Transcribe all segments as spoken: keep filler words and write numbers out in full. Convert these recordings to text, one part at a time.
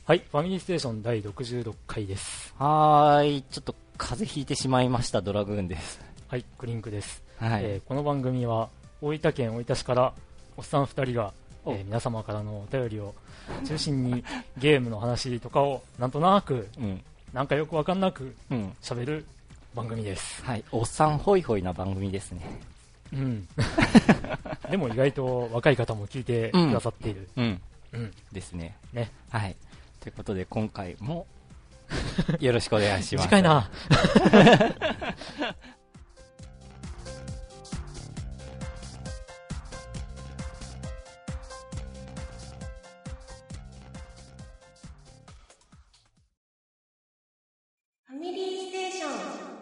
はい、ファミリーステーションだいろくじゅうろっかいです。 はーい、ちょっと風邪ひいてしまいましたドラグーンです。 はい、クリンクです。 はい、 えー、この番組は大分県大分市からおっさんふたりが、えー、皆様からのお便りを中心にゲームの話とかをなんとなく、うん、なんかよくわかんなく喋る番組です、 うん、はい、おっさんホイホイな番組ですね。 うん。でも意外と若い方も聞いてくださっている。 うん、うん、うん、ですね。 ね。 はい。ということで今回もよろしくお願いします。 短いな。 ファミリーステーション。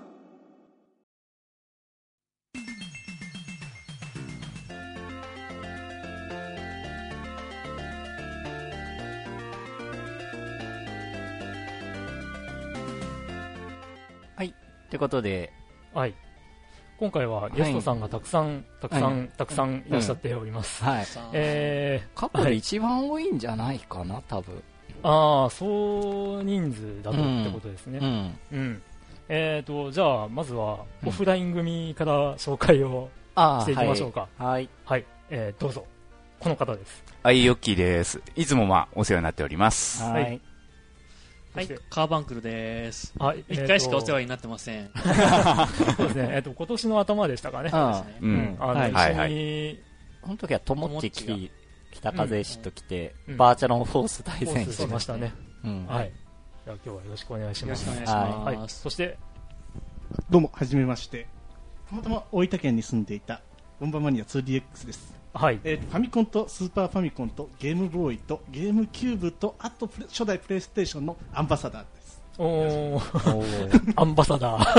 はい、ということで、 はい、今回はゲストさんがたくさん、はい、たくさん、はい、たくさんいらっしゃっております。 うん、はい。 えー、 過去で一番多いんじゃないかな、多分。 ああ、総人数だとってことですね。うん。うん、えーと、じゃあ、まずは、オフライン組から紹介をしていきましょうか。 うん、はい。 はい。えー、どうぞ。この方です。 はい、ヨッキーです。いつもまあ、お世話になっております。 はい。 はい、カーバンクルです。 はい、 一回しかお世話になってません。 そうですね。えっと、今年の頭でしたかね。 そうですね。 うん。あの、はい、一緒に、 この時はともっちき、北風シット来て、バーチャロンフォース対戦しましたね。 うん。 はい。じゃあ今日はよろしくお願いします。 よろしくお願いします。 はい。そして、 どうも、はじめまして。たまたま大分県に住んでいた、ボンバーマニア ツーディーエックス です。 はい。 えー、ファミコンとスーパーファミコンとゲームボーイとゲームキューブと、あと初代プレイステーションのアンバサダーです。 おー、アンバサダ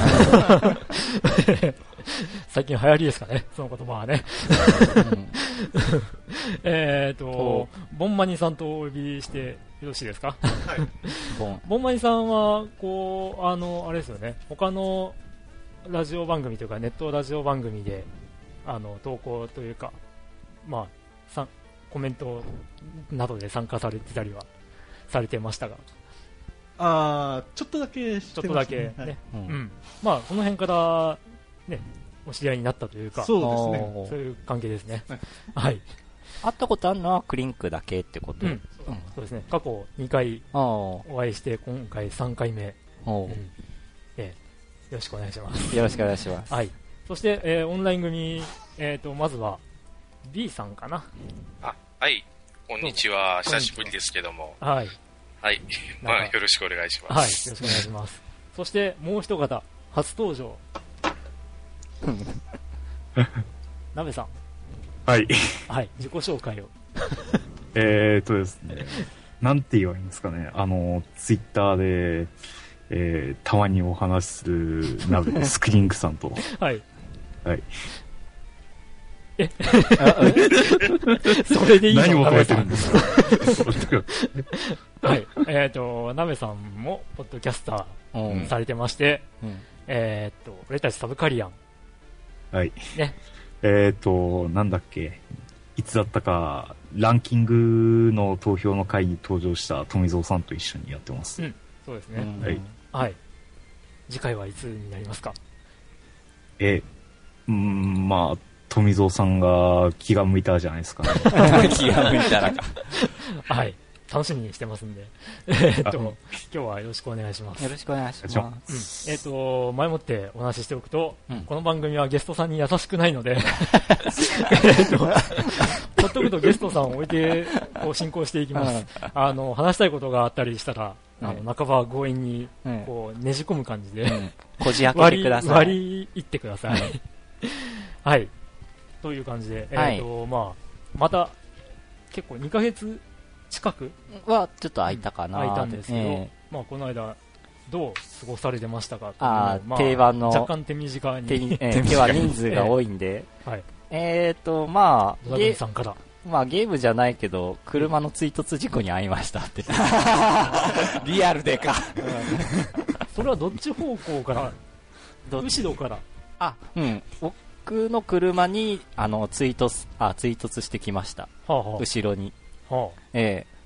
ー。最近流行りですかね、その言葉はね。えっと、ボンマニさんとお呼びしてよろしいですか？はい。ボンマニさんは、こう、あの、あれですよね、他のラジオ番組というか、ネットラジオ番組で、あの、投稿というか、まあ、さコメントなどで参加されてたりはされてましたが、 あちょっとだけしてますね。 ちょっとだけね、はいうんうん、まあこの辺からねお知り合いになったというか、 そうですね、 そういう関係ですね。はい。はい、 会ったことあるのはクリンクだけってこと？うん、 そうですね。過去にかいお会いして今回さんかいめ、うんえー、よろしくお願いします。 よろしくお願いします。 はい。そして、えー、オンライン組、えーとまずは B さんかな。 あ、はい。こんにちは。久しぶりですけども。 はい。 はい、まあ、よろしくお願いします。 はい、よろしくお願いします。そしてもう一方、初登場。なべさん。 はい。 はい、自己紹介を。 えーとですね、なんて言えばいいんですかね、あの、ツイッターで、えー、たまにお話しするなべスクリンクさんと。 はい。 はい。 えそれでいいの？ 何を書いてるんですか？ はい。えっと、なべさんも、ポッドキャスターされてまして、うん、えっと、俺たちサブカリアン。 はい。 ね。 えっと、なんだっけ、いつだったか、ランキングの投票の会に登場した富蔵さんと一緒にやってます。 うん、そうですね。 はい。 はい。次回はいつになりますか？ え、うん、まあ、富蔵さんが気が向いたじゃないですか、ね。 気が向いたらか。 はい。楽しみにしてますんで。えっと、今日はよろしくお願いします。 よろしくお願いします。うん、えっと、前もってお話ししておくと、うん、この番組はゲストさんに優しくないので、えっと、ほっとくとゲストさんを置いて、こう進行していきます。あの、話したいことがあったりしたら、あの半ば強引に、こう、ねじ込む感じで、 こじ開けてください。 割り入ってください。はい。という感じで、えっと、まあ、また、結構にかげつ近くはちょっと空いたかな、 空いたんですけど、えー、まあこの間どう過ごされてましたか？ あ、まあ、定番の若干手短に、 えー、今日は人数が多いんで、 えー、はい、 えっとまあゲさんからまあゲームじゃないけど車の追突事故に遭いましたってリアルでかそれはどっち方向から後ろから？ あ、うん、僕の車にあの追突あ追突してきました、はあはあ、後ろに。はあ、えー、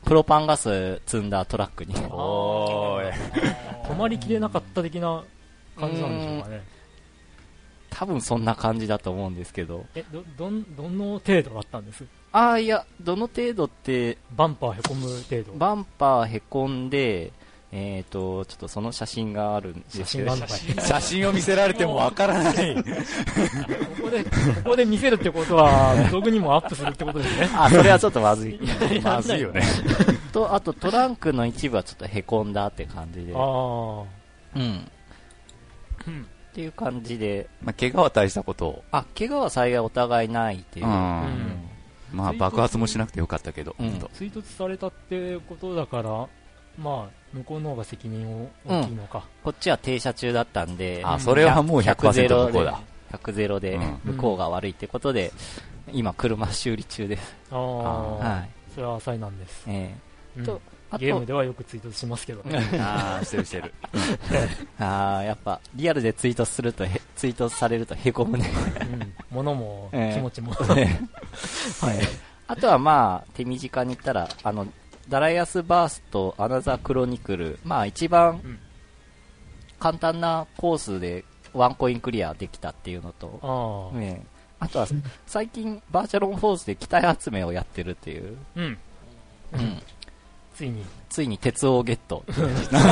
プロパンガス積んだトラックに。 おーい。 止まりきれなかった的な感じなんでしょうかね。 多分そんな感じだと思うんですけど。 え、ど、どん、どの程度だったんです？ ああ、いや、どの程度って、 バンパーへこむ程度。 バンパーへこんで、えっと、ちょっとその写真があるんですけど、 写真写真を見せられてもわからない。 ここで、ここで見せるってことは、ブログにもアップするってことですね。 あ、それはちょっとまずい。 まずいよね。 と、あとトランクの一部はちょっとへこんだって感じで。 ああ。 うん。うんっていう感じで、 まあ、怪我は大したことを。 あ、怪我は幸いお互いないっていう。うん、 まあ、爆発もしなくてよかったけど、 うん、追突されたってことだから、まあ、向こうの方が責任大きいのか、うん、 こっちは停車中だったんで、 あ、それはもう ひゃくパーセント 向こうだ。 ひゃくゼロで向こうが悪いってことで、うん、今、車修理中です。 ああ、はい。それは災難です。 ええーうん、とゲームではよくツイートしますけどね。 ああ、してるしてる。 ああ、やっぱリアルでツイートするとへツイートされるとへこむね。 うん、物も気持ちも。 はい。あとはまあ手短に言ったらあのダライアスバーストアナザークロニクル、まあ一番簡単なコースでワンコインクリアできたっていうのと、あ, ね、あとは最近バーチャロンフォースで機体集めをやってるっていう。うん。うんついについに鉄をゲットらしいですね。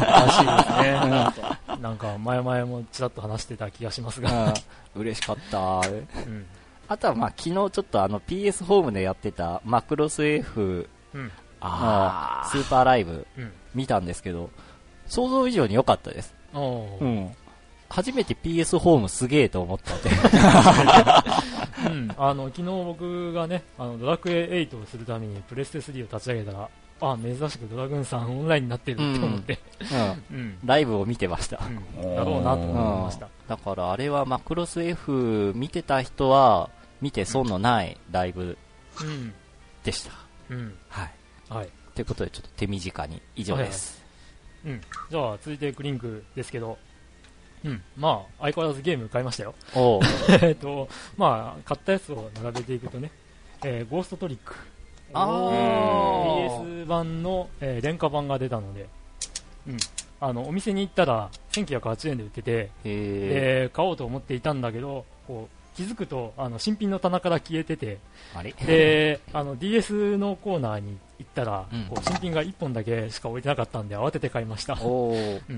なんか前々もちらっと話してた気がしますが、 嬉しかった、うん、あとはまあ昨日ちょっとあの ピーエス ホームでやってたマクロス F のスーパーライブ見たんですけど、想像以上に良かったです。うん、初めて ピーエス ホームすげえと思ったんで、 うん、あの昨日僕がねあのドラクエエイトをするためにプレステスリーを立ち上げたら、あ、珍しくドラグーンさんオンラインになってるって思って、 うんうん、ライブを見てました、 うん、だろうなと思いました、うん、 だからあれはマクロス F 見てた人は見て損のないライブでした、うんうん、はい、はい、ということでちょっと手短に以上です、 はいはい、うん、じゃあ続いてクリンクですけど、うん、まあ相変わらずゲーム買いましたよ。おえっとまあ買ったやつを並べていくとね、えー、ゴーストトリック、あー ピーエス 版の、えー、廉価版が出たので、うん、あのお店に行ったらせんきゅうひゃくはちじゅうえんで売ってて、で買おうと思っていたんだけど、こう気づくとあの新品の棚から消えてて、あれであの ディーエス のコーナーに行ったら、うん、こう新品がいっぽんだけしか置いてなかったんで慌てて買いました。お、うん、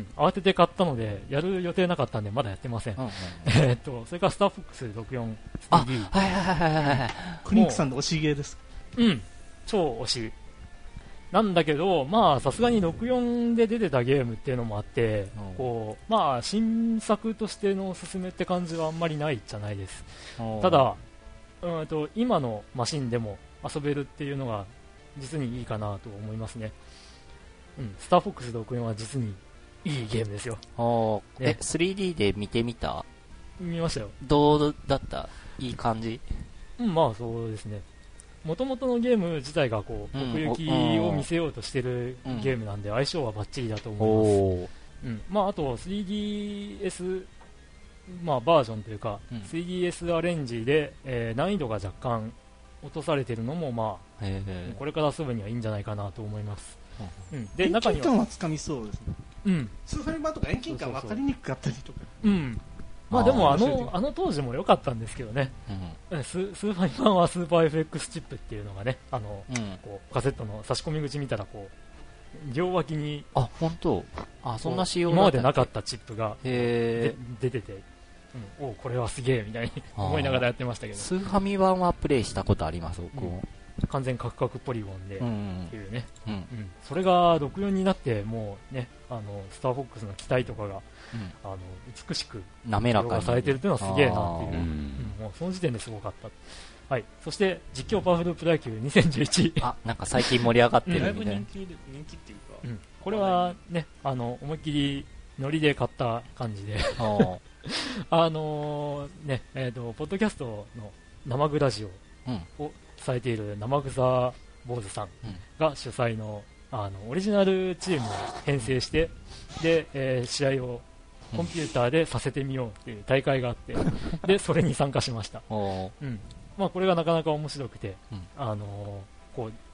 慌てて買ったのでやる予定なかったんでまだやってません、うんうん、えー、っとそれからスターフォックスろくじゅうよん スリーディー、 あ、はいはいはいはいはい、クリンクさんの推しゲーです。 うん、超推しなんだけど、まあさすがにろくじゅうよんで出てたゲームっていうのもあって、うん、こうまあ新作としてのおすすめって感じはあんまりないじゃないです。ただ、うんと今のマシンでも遊べるっていうのが実にいいかなと思いますね。うん、スターフォックスろくじゅうよんは実にいいゲームですよ。 ね、え スリーディー で見てみた？ 見ましたよ。 どうだった？いい感じ？ うん、まあそうですね。元々のゲーム自体がこう奥行きを見せようとしてるゲームなんで相性はバッチリだと思います。うん、まああと スリーディーエス、まあ、バージョンというか、うん、スリーディーエス アレンジで、えー、難易度が若干落とされているのも、まあ、これから遊ぶにはいいんじゃないかなと思います。 うん、で中には遠近感はつかみそうですね。うん、スーファミ版とか遠近感分かりにくかったりとか。 うん、まあでもあのあの当時も良かったんですけどね、うん、ス, スーファミ版はスーパー エフエックス チップっていうのがね、あの、うん、こうカセットの差し込み口見たらこう両脇に、 あ、本当、あ、そんな仕様だ今までなかったチップがで出てて、うん、お、これはすげえみたいに思いながらやってましたけど。 スーファミ版はプレイしたことあります、僕も。 うん、完全カクカクポリゴンで、うん、っていうね、うんうん、それがろくじゅうよんになってもうね、あのスターフォックスの機体とかが、うん、あの美しく滑らかにされてるっていうのはすげえなっていう、うん、もうその時点ですごかった。はい、そして実況パワフルプロ野球にせんじゅういち、 あ、なんか最近盛り上がってるみたいな、 だいぶ人気人気っていうか、 うん、これはね、あの思いっきりノリで買った感じであのー、ね、えーとポッドキャストの生グラジオをされている生草坊主さんが主催の、あのオリジナルチームを編成して、で、えー、試合をコンピューターでさせてみようっていう大会があってでそれに参加しました。うん、まあ、これがなかなか面白くて、うん、あのー、こう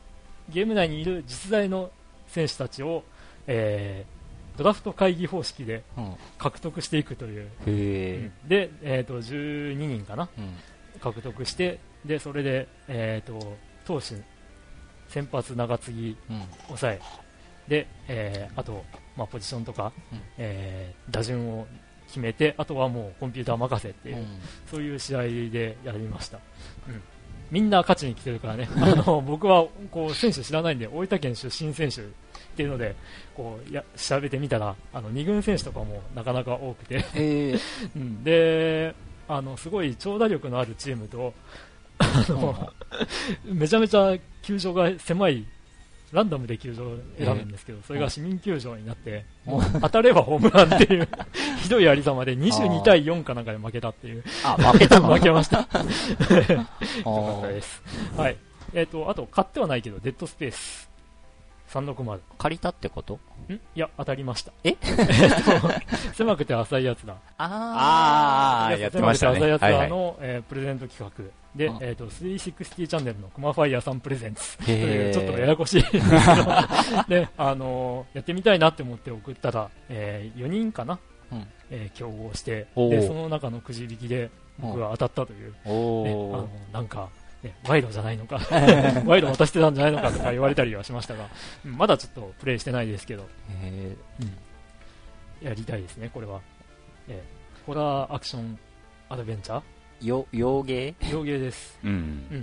ゲーム内にいる実在の選手たちを、えー、ドラフト会議方式で獲得していくという、 うん、へうん、で、えー、とじゅうににんかな、うん、獲得してでそれで、えー、と投手先発長継ぎ、うん、抑えで、えー、あと、まあ、ポジションとか、うん、えー、打順を決めてあとはもうコンピューター任せっていう、うん、そういう試合でやりました、うん、みんな勝ちに来てるからねあの僕はこう選手知らないんで大分県出身選手っていうのでこうや調べてみたらあのに軍選手とかもなかなか多くて、えーうん、であのすごい長打力のあるチームとあの、うん、めちゃめちゃ球場が狭いランダムで球場を選ぶんですけど、えー、それが市民球場になって、うん、もう当たればホームランっていうひどいありさまでにじゅうにたいよんかなんかで負けたっていうあ負けたの負けましたよかったです、はい、えーと、あと買ってはないけどデッドスペースさんびゃくろくじゅう借りたってことんいや当たりましたえ狭くて浅いやつだああやってましたね狭くて浅いやつだの、はいはい、えー、プレゼント企画で、えー、とスリーシックスティーチャンネルのコマファイヤーさんプレゼンツというちょっとややこしいで、あのー、やってみたいなって思って送ったら、えー、よにんかな、うんえー、競合してでその中のくじ引きで僕が当たったという、ね、あのなんかね、賄賂じゃないのか賄賂渡してたんじゃないのかとか言われたりはしましたが、うん、まだちょっとプレイしてないですけど、えーうん、やりたいですねこれは、えー、ホラーアクションアドベンチャーよ洋芸洋芸です、うんうん、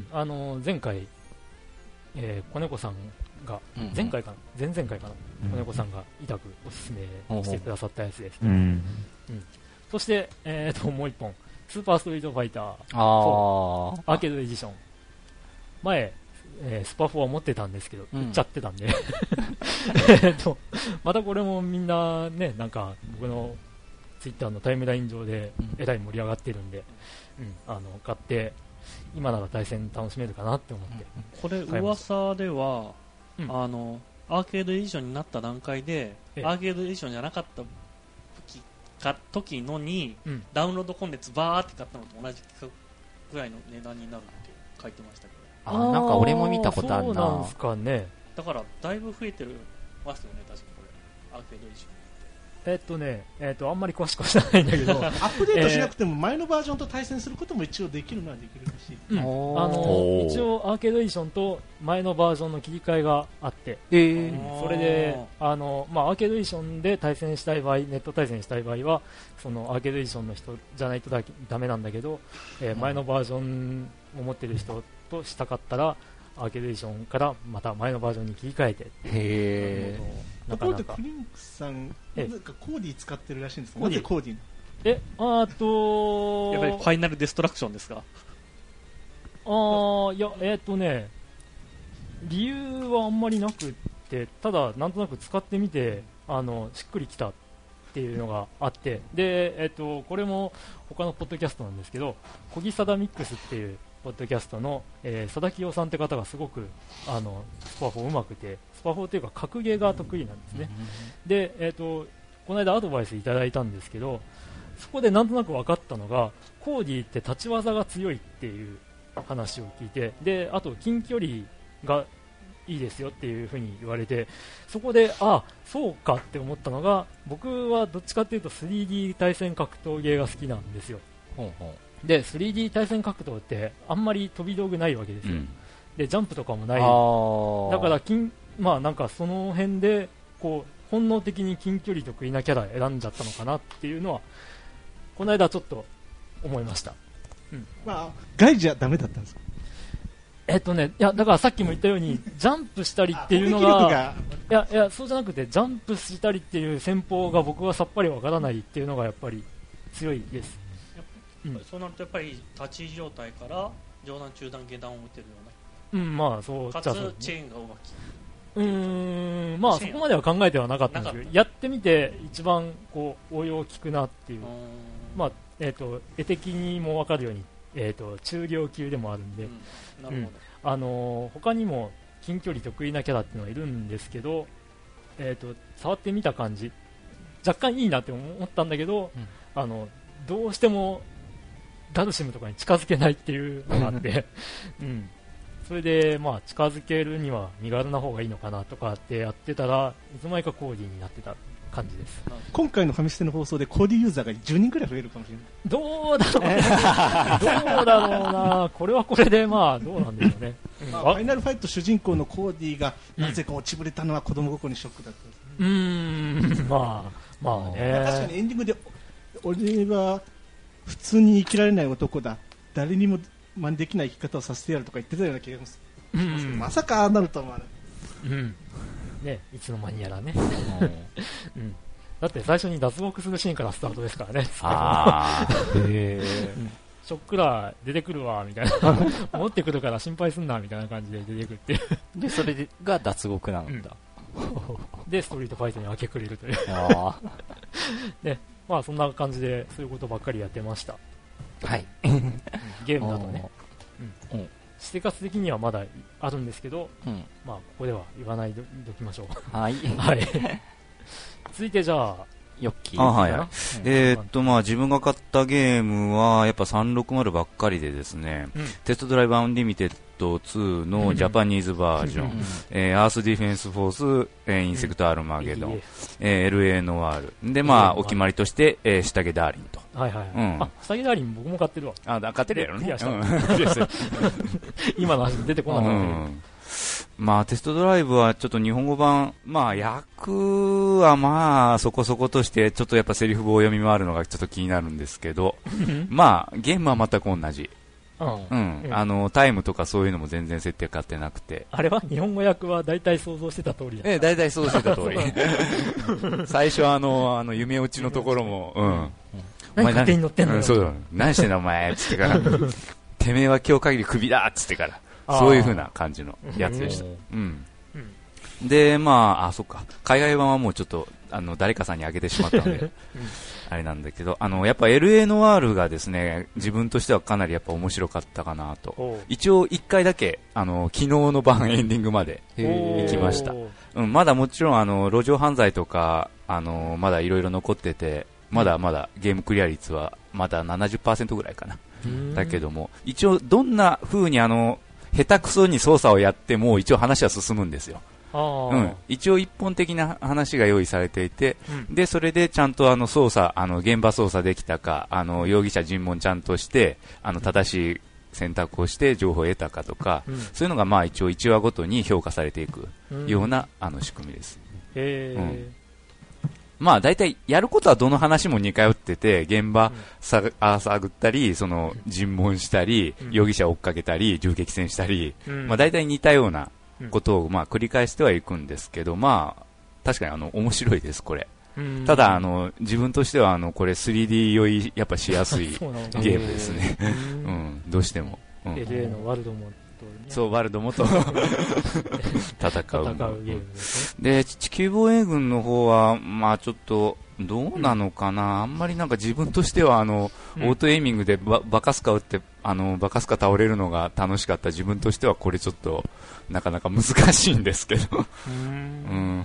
あの前回、えー、子猫さんが、うんうん、前回かな前々回かな、うん、子猫さんが痛くおすすめしてくださったやつです、うんうん、そして、えー、ともう一本スーパーストリートファイターあアーケードエディション前、えー、スパフォー持ってたんですけど、うん、売っちゃってたんでえっとまたこれもみんなねなんか僕のツイッターのタイムライン上でえらい盛り上がってるんで、うん、あの買って今なら対戦楽しめるかなって思ってこれ噂では、うん、あのアーケードエディションになった段階でアーケードエディションじゃなかった時のに、うん、ダウンロードコンテンツバーって買ったのと同じぐらいの値段になるって書いてましたけどああなんか俺も見たことあるなそうなんすかねだからだいぶ増えてるますよね確かこれアーケードエディションえっとね、えっとあんまり詳しくは知らないんだけどアップデートしなくても前のバージョンと対戦することも一応できるのはできるらしい、 うん、あの一応アーケードエディションと前のバージョンの切り替えがあって、 えー、 それであの、まあ、アーケードエディションで対戦したい場合ネット対戦したい場合はそのアーケードエディションの人じゃないとだダメなんだけど、えー、前のバージョンを持ってる人としたかったらアーケードエディションからまた前のバージョンに切り替えてへーところでクリンクさんなんかコーディ使ってるらしいんですかなぜコーディえあとやっぱりファイナルデストラクションですかあいやえっ、ー、とね理由はあんまりなくってただなんとなく使ってみてあのしっくりきたっていうのがあってで、えー、とこれも他のポッドキャストなんですけどコギサダミックスっていうポッドキャストの、えー、佐田清さんって方がすごくあのスパフォーうまくてスパフォーというか格ゲーが得意なんですね、うん、で、えー、とこの間アドバイスいただいたんですけどそこでなんとなく分かったのがコーディって立ち技が強いっていう話を聞いてであと近距離がいいですよっていう風に言われてそこであそうかって思ったのが僕はどっちかっていうと スリーディー 対戦格闘ゲーが好きなんですよほうほうで スリーディー 対戦格闘ってあんまり飛び道具ないわけですよ、うん、でジャンプとかもないだから近、まあ、なんかその辺でこう本能的に近距離得意なキャラ選んじゃったのかなっていうのはこの間ちょっと思いました、 うんまあ、ガイじゃダメだったんですかえっとね、いやだからさっきも言ったようにジャンプしたりっていうのが、がいやいやそうじゃなくてジャンプしたりっていう戦法が僕はさっぱりわからないっていうのがやっぱり強いです、 うん、そうなるとやっぱり立ち位置状態から上段中段下段を打てるようなうんまあそうかつチェーンがうまくうーんまあそこまでは考えてはなかったんですけどやってみて一番こう応用効くなっていうまあえっと絵的にもわかるようにえー、と中量級でもあるんで、うんなるほどうんあのー、他にも近距離得意なキャラっていうのはいるんですけど、えー、と触ってみた感じ若干いいなって思ったんだけど、うん、あのどうしてもダルシムとかに近づけないっていうのがあって、うん、 それで、まあ、近づけるには身軽な方がいいのかなとかってやってたら、いつの間にかコーディになってた感じです。 今回のファミステの放送でコーディユーザーがじゅうにんくらい増えるかもしれない。 どうだろうね。どうだろうな。これはこれで、まあ、どうなんでしょうね。 まあ、ファイナルファイト主人公のコーディがなぜか落ちぶれたのは子供心にショックだったんですね。 うーん、まあ、まあね。 確かにエンディングで、俺は普通に生きられない男だ。誰にも真似できない生き方をさせてやるとか言ってたような気がします。うん、まさかああなるとは思わない。 うん。ね、いつの間にやらね。うん。だって最初に脱獄するシーンからスタートですからね。あー。へー。うんショックラー出てくるわみたいな持ってくるから心配すんなみたいな感じで出てくるっていうでそれが脱獄なんだ、 うん、でストリートファイトに明け暮れるというあでまあそんな感じでそういうことばっかりやってましたはい、 うん、ゲームだとね、うんうん、生活的にはまだあるんですけど、うん、まあここでは言わないでおきましょうはい、はい、続いてじゃあヨッキーあ、はいはい。えー、っと、まあ、自分が買ったゲームは、やっぱさんろくまるばっかりでですね、うん、テストドライブアンリミテッドツーのジャパニーズバージョン、うんえー、アースディフェンスフォース、えー、インセクトアルマゲドン、うんえー、エルエー ノワール。で、まあ、お決まりとして、えー、下着ダーリンと。 はいはい、はいうん、あ、下着ダーリン僕も買ってるわ。 あ、買ってるやろね。うん、 今の話出てこなかった、うんまあテストドライブはちょっと日本語版、まあ役はまあそこそことしてちょっとやっぱセリフ棒読み回るのがちょっと気になるんですけどまあゲームは全く同じ、うん、うん、あのタイムとかそういうのも全然設定変わってなくてあれは日本語訳は大体想像してた通りだった。 ええ大体想像してた通り最初はあのあの夢落ちのところも、うん、 何勝手に乗ってんのよ、 うん、そうだ何してんのお前つってからてめえは今日限りクビだっつってからそういう風な感じのやつでした。うん。うん、で、まあ、あ、そっか。海外版はもうちょっと、あの、誰かさんにあげてしまったので、うん、あれなんだけど、あの、やっぱ エルエー ノワールがですね、自分としてはかなりやっぱ面白かったかなと。一応一回だけ、あの、昨日の晩エンディングまで行きました。うん、まだもちろん、あの、路上犯罪とか、あの、まだいろいろ残ってて、まだまだゲームクリア率はまだ ななじゅっパーセント ぐらいかな。だけども、一応どんな風にあの、下手くそに操作をやっても一応話は進むんですよ。うん、一応一本的な話が用意されていて、うん、でそれでちゃんとあの操作あの現場操作できたかあの容疑者尋問ちゃんとしてあの正しい選択をして情報を得たかとか、うん、そういうのがまあ一応いちわごとに評価されていくような、うん、あの仕組みです。へー、うんまあ大体やることはどの話も似通ってて現場さ、うん、探ったりその尋問したり、うん、容疑者を追っかけたり銃撃戦したり、うん、まあ大体似たようなことをまあ繰り返してはいくんですけどまあ確かにあの面白いですこれ、うん、ただあの自分としてはあのこれ スリーディー 酔いやっぱしやすいゲームですね、うん、どうしても、うん、 エルエー のワルドもそうワルドもと戦う戦うゲームですね。で地球防衛軍の方はまあちょっとどうなのかな、うん、あんまりなんか自分としてはあの、うん、オートエイミングでババカスカ打ってあのバカスカ倒れるのが楽しかった自分としてはこれちょっとなかなか難しいんですけどうん、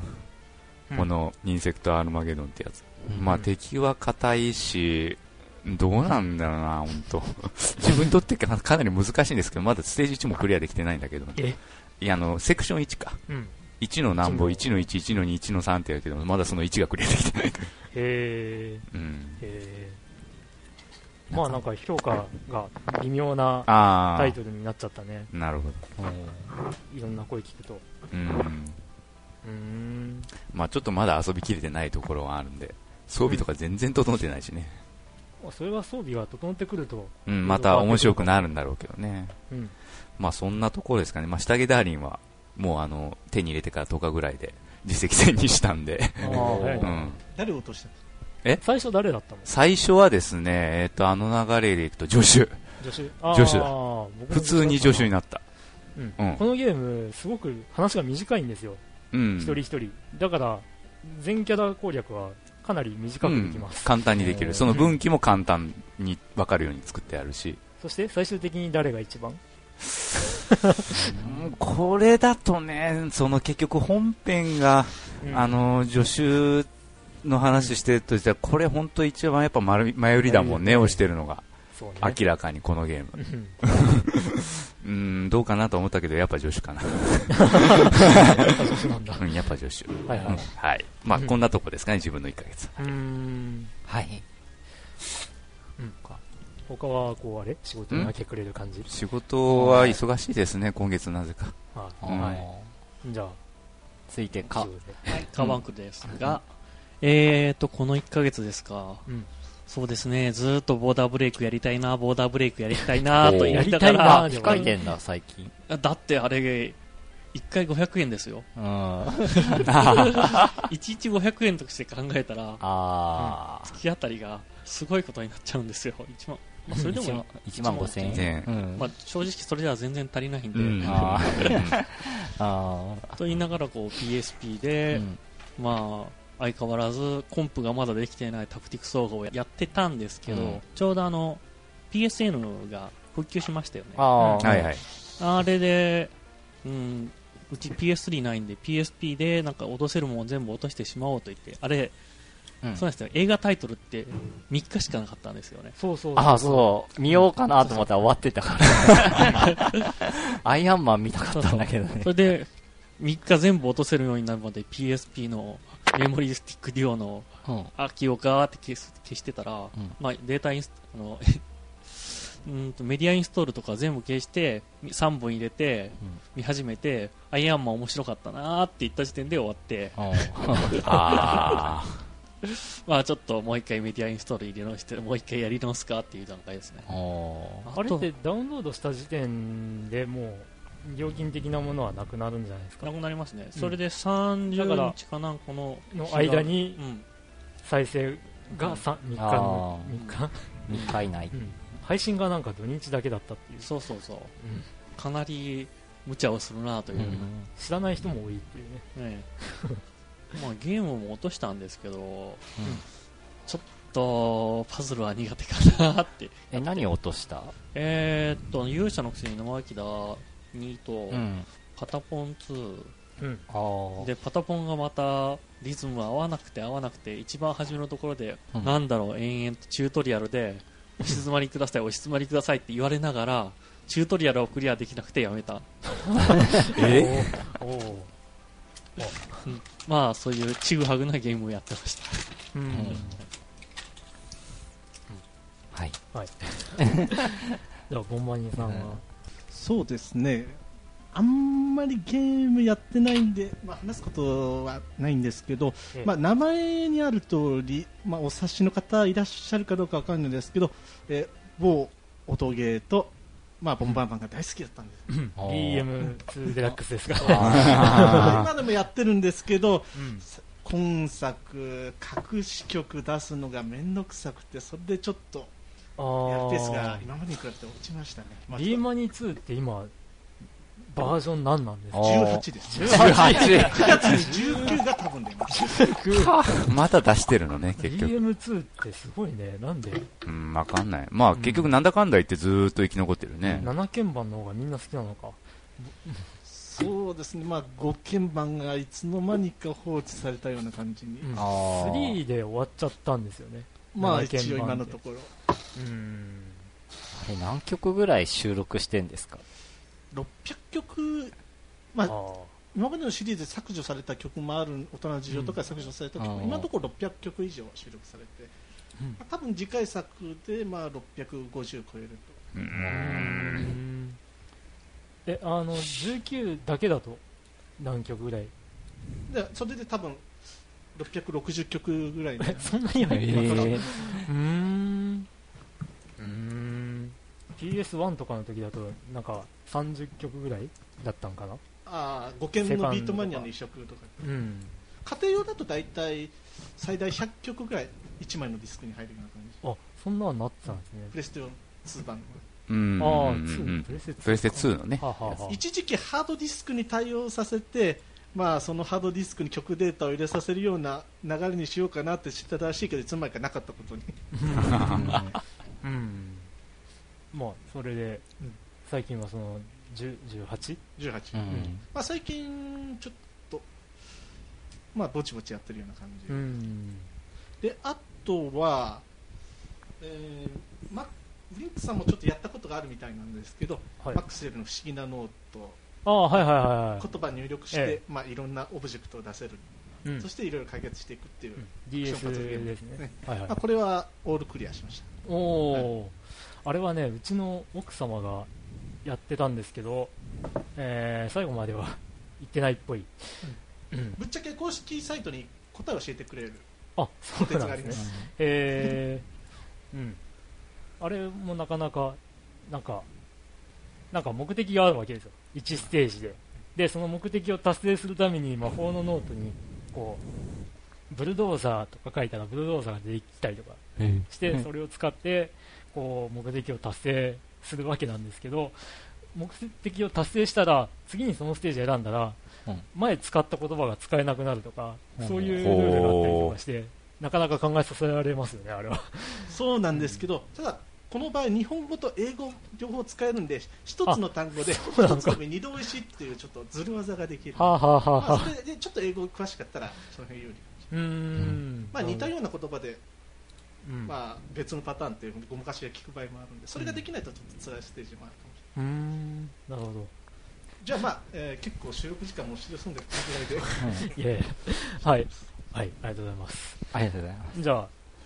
うん、このインセクトアルマゲドンってやつ、うん、まあ敵は硬いしどうなんだろうな本当自分にとってかなり難しいんですけどまだステージいちもクリアできてないんだけど、ね、いやあのセクションいちか、うん、いちの何本いちのいち、いちのに、いちのさんってやるけどまだそのいちがクリアできてないへー、うん、へーまあなんか評価が微妙なタイトルになっちゃったね。 なるほどいろんな声聞くとうんうんまあちょっとまだ遊びきれてないところはあるんで装備とか全然整ってないしね、 うん、それは装備が整ってくると、 うん、また面白くなるんだろうけどね、うん、まあそんなところですかね、まあ、下着ダーリンはもうあの手に入れてからとおかぐらいで実績戦にしたんであ、 うん、誰を落としたんですか。 え最初誰だったの。 最初はですね、えー、とあの流れでいくと助手助手助手だ普通に助手になった、 うんうん、このゲームすごく話が短いんですよ、うん、一人一人だから全キャラ攻略はかなり短くできます、 うん、簡単にできるその分岐も簡単に分かるように作ってあるし、 そして最終的に誰が一番これだとねその結局本編が、うん、あの助手の話してるとしたらこれ本当一番やっぱ前売りだもんね、押してるのが、ね、明らかにこのゲーム、ううん、どうかなと思ったけど、やっぱ助手かな。 やっぱ助手なんだ。 うん、やっぱ助手。 はいはい。 うん、はい。まあ、こんなとこですかね、自分のいっかげつ。 うーん。 はい。 うん。他は、こう、あれ仕事に明け暮れる感じ？ 仕事は忙しいですね、今月なぜか。 はい。はい。じゃあ、 続いてか、はい、 カバンクですが、えーと、このいっかげつですか。うん。そうですね、ずーっとボーダーブレイクやりたいな、ボーダーブレイクやりたいなと言いながら、 控えてんだ、最近。 だってあれ、いっかいごひゃくえんですよ。うん。いちにちごひゃくえんとして考えたら、あ月当たりがすごいことになっちゃうんですよ。いちまん。まあ、それでもいちまんごせんえん、うん、 まあ、正直それでは全然足りないんで、うん、ああと言いながらこう ピーエスピー で、うん、まあ相変わらずコンプがまだできていないタクティクスオーガをやってたんですけど、うん、ちょうどあの ピーエスエヌ が復旧しましたよね。あ、うんはいはい、あれで、うん、うち ピーエススリー ないんで ピーエスピー でなんか落とせるものを全部落としてしまおうと言って、あれうん、そうですよ、映画タイトルってみっかしかなかったんですよね。 そうそうそう、ああそう見ようかなと思ったら終わってたからアイアンマン見たかったんだけどね。 そうそう、それでみっか全部落とせるようになるまで ピーエスピー のメモリースティックデュオの空きをガーって消す消してたら、うん、まあ、データインスあのうんとメディアインストールとか全部消してさんぼん入れて、うん、見始めてアイアンマン面白かったなーって言った時点で終わってあまあちょっともう一回メディアインストール入れ直してもう一回やり直すかっていう段階ですね。 あ, あれってダウンロードした時点でもう料金的なものはなくなるんじゃないですか。 なくなりますね、うん、それでさんじゅうにちかなんかのの間に再生がみっかのみっかみっか以内、うん、 配信がなんか土日だけだったっていう。 そうそうそう、うん、かなり無茶をするなという、うん、 知らない人も多いっていうね、ねまあ、ゲームも落としたんですけど、うん、ちょっとパズルは苦手かなってえ何を落とした？ えー、っと勇者のくせに生意気だにと、うん、パタポンツー、うん、あでパタポンがまたリズム合わなくて合わなくて一番初めのところで、うん、なんだろう延々とチュートリアルでお静まりくださいお静まりくださいって言われながらチュートリアルをクリアできなくてやめたえー、おおうんまあそういうちぐはぐなゲームをやってました。うん、うん、 はい。はい。 じゃあボンマニーさんは、うん、 そうですね。あんまりゲームやってないんで、まあ、話すことはないんですけど、ええまあ、名前にある通り、まあ、お察しの方いらっしゃるかどうかわかんないんですけど、えー、某音ゲーとまあ、ボンバーマンが大好きだったんです、うん、 ビーエムツー デラックスですか今でもやってるんですけど、うん、今作隠し曲出すのが面倒くさくてそれでちょっとやるペースが今までに比べて落ちましたね。 まあ、ビーマニーツーって今バージョン何なんですか？ じゅうはちです。 じゅうはちくがつにじゅうきゅうが多分出ます。 また出してるのね、結局。 ビーエムツー ってすごいね。なんで？ うん、わかんない。まあ、うん、結局なんだかんだ言ってずーっと生き残ってるね。 なな鍵盤の方がみんな好きなのか。 そうですね。まあ、ご鍵盤がいつの間にか放置されたような感じに。うん、 スリーで終わっちゃったんですよね。 まあ、一応今のところ。うん。 あれ何曲ぐらい収録してんですか？ ろっぴゃくきょく、まあ、今までのシリーズで削除された曲もある、大人の事情とか削除された曲も、うん、今のところろっぴゃくきょく以上収録されて、うんまあ、多分次回作で、まあ、ろっぴゃくごじゅう超えると。うーんえあのじゅうきゅうだけだと何曲ぐらいでそれで多分ろっぴゃくろくじゅっきょくぐらいそんなに入りますか？うーんうーん ピーエスワン とかの時だとなんかさんじゅっきょくぐらいだったんかな。ああ、ごけんのビートマニアの移植とか、うん、家庭用だと大体最大ひゃっきょくぐらいいちまいのディスクに入るような感じ。 あ、そんなのなってたんですね。 プレステツー版うん、ああ、プレステツー、プレステツーのね。ははは一時期ハードディスクに対応させて、まあ、そのハードディスクに曲データを入れさせるような流れにしようかなって知ったらしいけどいつの間にかなかったことにうん、まあそれで、うん、最近はそのじゅう、じゅうはち? じゅうはち、うんまあ、最近ちょっとまあぼちぼちやってるような感じ、うん、であとは、えー、Mac ブリンクさんもちょっとやったことがあるみたいなんですけど、はい、マックスウェルの不思議なノート、 あ、はいはいはいはい、 言葉入力して、ええ、まあ、いろんなオブジェクトを出せる、うん、そしていろいろ解決していくっていう、うん、 ディーエス ですね、はいはい、 まあ、これはオールクリアしました。 おー、はい、あれはね、うちの奥様がやってたんですけど、えー、最後までは行ってないっぽい、 うんうん、ぶっちゃけ公式サイトに答えを教えてくれるあ、そうなんですね、えーうん、あれもなかなかなんかなんか目的があるわけですよ、いちステージで。でその目的を達成するために魔法のノートにこうブルドーザーとか書いたらブルドーザーが出てきたりとかして、それを使ってこう目的を達成するわけなんですけど、目的を達成したら次にそのステージを選んだら前使った言葉が使えなくなるとか、そういうルールがあったりとかして、なかなか考えさせられますよね、あれは。 そうなんですけど、ただこの場合日本語と英語両方使えるんで、一つの単語で一つの目二度おいしいっていうちょっとずる技ができる。はあはあはあ、まあ、それでちょっと英語詳しかったらその辺有利かもしれない。うーん、まあ、似たような言葉で、うん、まあ、別のパターンっていうごまかしが効く場合もあるんで、それができないとちょっと辛いステージもあるかもしれない。うーん、 なるほど。 じゃあまあ、えー、結構収録時間も押し済んでるぐらいで、 いやいや、はいはい、ありがとうございます。 ありがとうございます。 じゃあ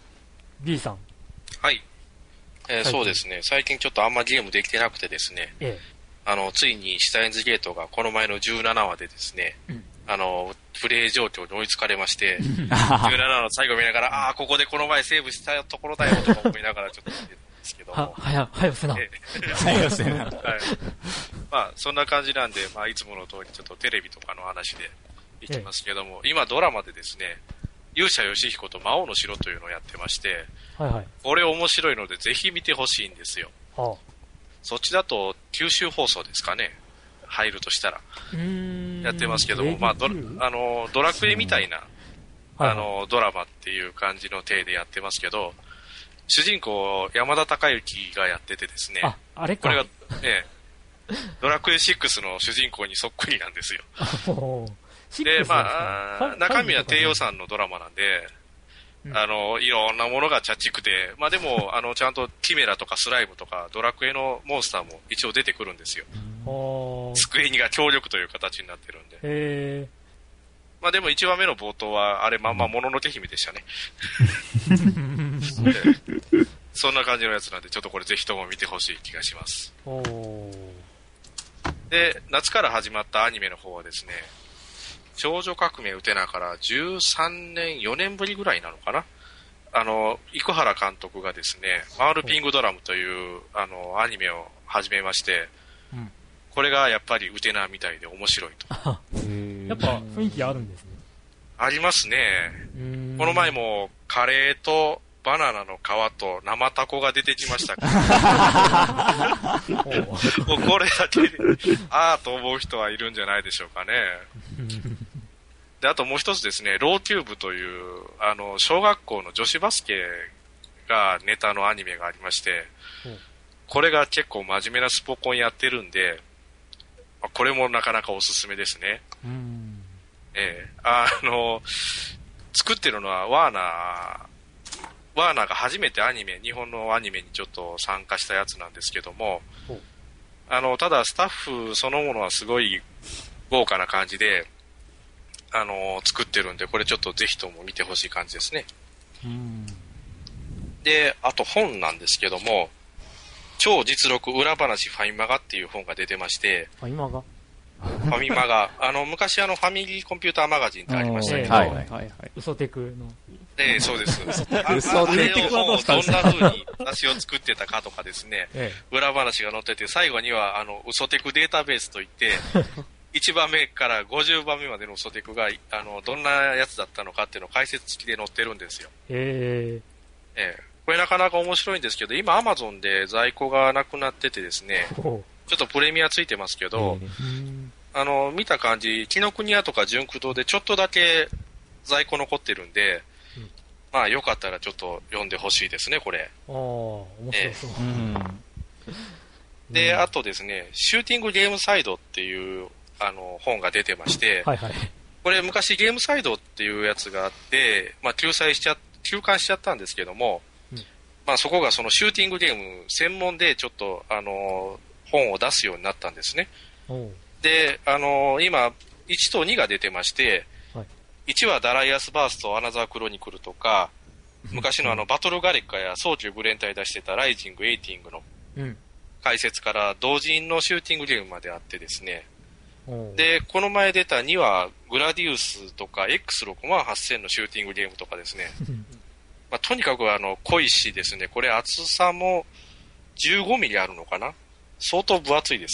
B さん。 はい。えー、そうですね、最近ちょっとあんまゲームできてなくてですね、ええ、あのついにシュタインズゲートがこの前のじゅうななわでですね、うん、あのプレイ状況に追いつかれましてじゅうななわの最後見ながら、ああここでこの前セーブしたところだよとか思いながらちょっと見てるんですけども、 はやはよせな、 えー、はよせな、はい、まあそんな感じなんで、まあ、いつもの通りちょっとテレビとかの話でいきますけども、ええ、今ドラマでですね、勇者ヨシヒコと魔王の城というのをやってまして、はいはい、これ面白いのでぜひ見てほしいんですよ。はあ、そっちだと九州放送ですかね、入るとしたらやってますけども、まあ、ド, あのドラクエみたいな、あの、はい、ドラマっていう感じの体でやってますけど、主人公山田孝之がやっててですね、 あ、あれか、 これが、ね、ドラクエシックスの主人公にそっくりなんですよ。で、まあ、中身は低予算のドラマなんで、うん、あの、いろんなものがチャチくて、まあでも、あの、ちゃんとキメラとかスライムとかドラクエのモンスターも一応出てくるんですよ。スクエニが協力という形になってるんで。へー。まあでもいちわめの冒頭は、あれまんまもののけ姫でしたね。そんな感じのやつなんで、ちょっとこれぜひとも見てほしい気がします。で、夏から始まったアニメの方はですね、少女革命ウテナからじゅうさんねん、よねんぶりぐらいなのかな、あの生原監督がですね、マールピングドラムというあのアニメを始めまして、うん、これがやっぱりウテナみたいで面白いと。 やっぱ雰囲気あるんですね。 ありますね。この前もカレーとバナナの皮と生タコが出てきましたからもうこれだけであーと思う人はいるんじゃないでしょうかね。で、あともう一つですね、ローキューブというあの小学校の女子バスケがネタのアニメがありまして、これが結構真面目なスポコンやってるんで、これもなかなかおすすめですね。うんえー、あの作ってるのはワーナーワーナーが初めてアニメ、日本のアニメにちょっと参加したやつなんですけども、あのただスタッフそのものはすごい豪華な感じで、あの作ってるんで、これちょっとぜひとも見てほしい感じですね。うんで、あと本なんですけども、超実録裏話ファミマガっていう本が出てまして、 ファミマガファミマガあの昔あのファミリーコンピューターマガジンってありましたけど、 はいはいはい、嘘テクのええ、そうです。嘘テクをどんな風に雑誌を作ってたかとかですね、ええ、裏話が載ってて、最後にはあの嘘テクデータベースといっていちばんめからごじゅうばんめまでの嘘テクがあのどんなやつだったのかっていうのを解説付きで載ってるんですよ。へえええ、これなかなか面白いんですけど、今アマゾンで在庫がなくなっててですね、ちょっとプレミアついてますけど、あの見た感じ紀ノ国屋とか純駆堂でちょっとだけ在庫残ってるんで、うん、まあよかったらちょっと読んでほしいですね、これ。ああ、面白そう。ええ、で、あとですね、シューティングゲームサイドっていうあの本が出てまして、はいはい、これ昔ゲームサイドっていうやつがあって、まあ救済しちゃ休刊しちゃったんですけども、うん、 まあそこがそのシューティングゲーム専門でちょっと、あのー、本を出すようになったんですね。で、あのー、今、いちとにが出てまして、はい、いちはダライアスバースト、アナザークロニクルとか、昔のあの、バトルガレッカや早期グレン隊出してたライジング、エイティングの解説から同人のシューティングゲームまであってですね。で、この前出たにはグラディウスとか エックスろくまんはっせん のシューティングゲームとかですね。まあ、とにかくあの、濃いしですね、これ厚さもじゅうごミリあるのかな？相当分厚いです。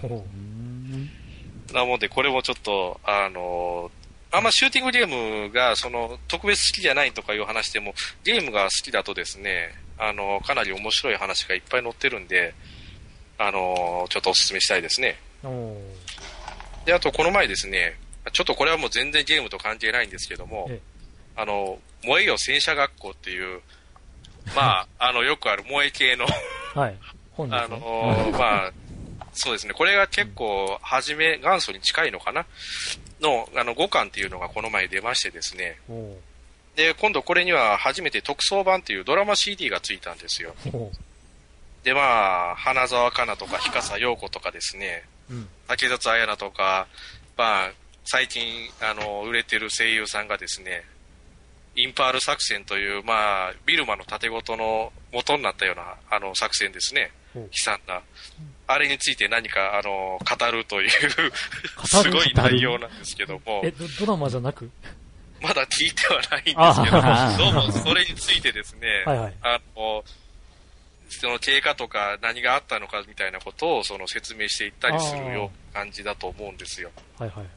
なので、これもちょっと、あのー、あんまシューティングゲームが、その、特別好きじゃないとかいう話でも、ゲームが好きだとですね、あのー、かなり面白い話がいっぱい載ってるんで、あのー、ちょっとお勧めしたいですね。で、あと、この前ですね、ちょっとこれはもう全然ゲームと関係ないんですけども、あの、燃えよ戦車学校っていう、まあ、あの、よくある萌え系の、はい、本ですね。あの、まあ、そうですね。これが結構、初め、元祖に近いのかなの、あの、ごかんっていうのがこの前出ましてですね。で、今度これには初めて特装版っていうドラマ シーディー がついたんですよ。で、まあ、花澤香菜とか、日笠陽子とかですね、うん、竹里彩菜とか、まあ、最近、あの、売れてる声優さんがですね、インパール作戦という、まあ、ビルマの盾ごとの元になったような、あの、作戦ですね。悲惨な。あれについて何か、あの、語るというすごい内容なんですけども。 え、ドラマじゃなく？ まだ聞いてはないんですけど、どうもそれについてですね、はいはい、あの、その経過とか何があったのかみたいなことをその説明していったりするような感じだと思うんですよ。はいはい。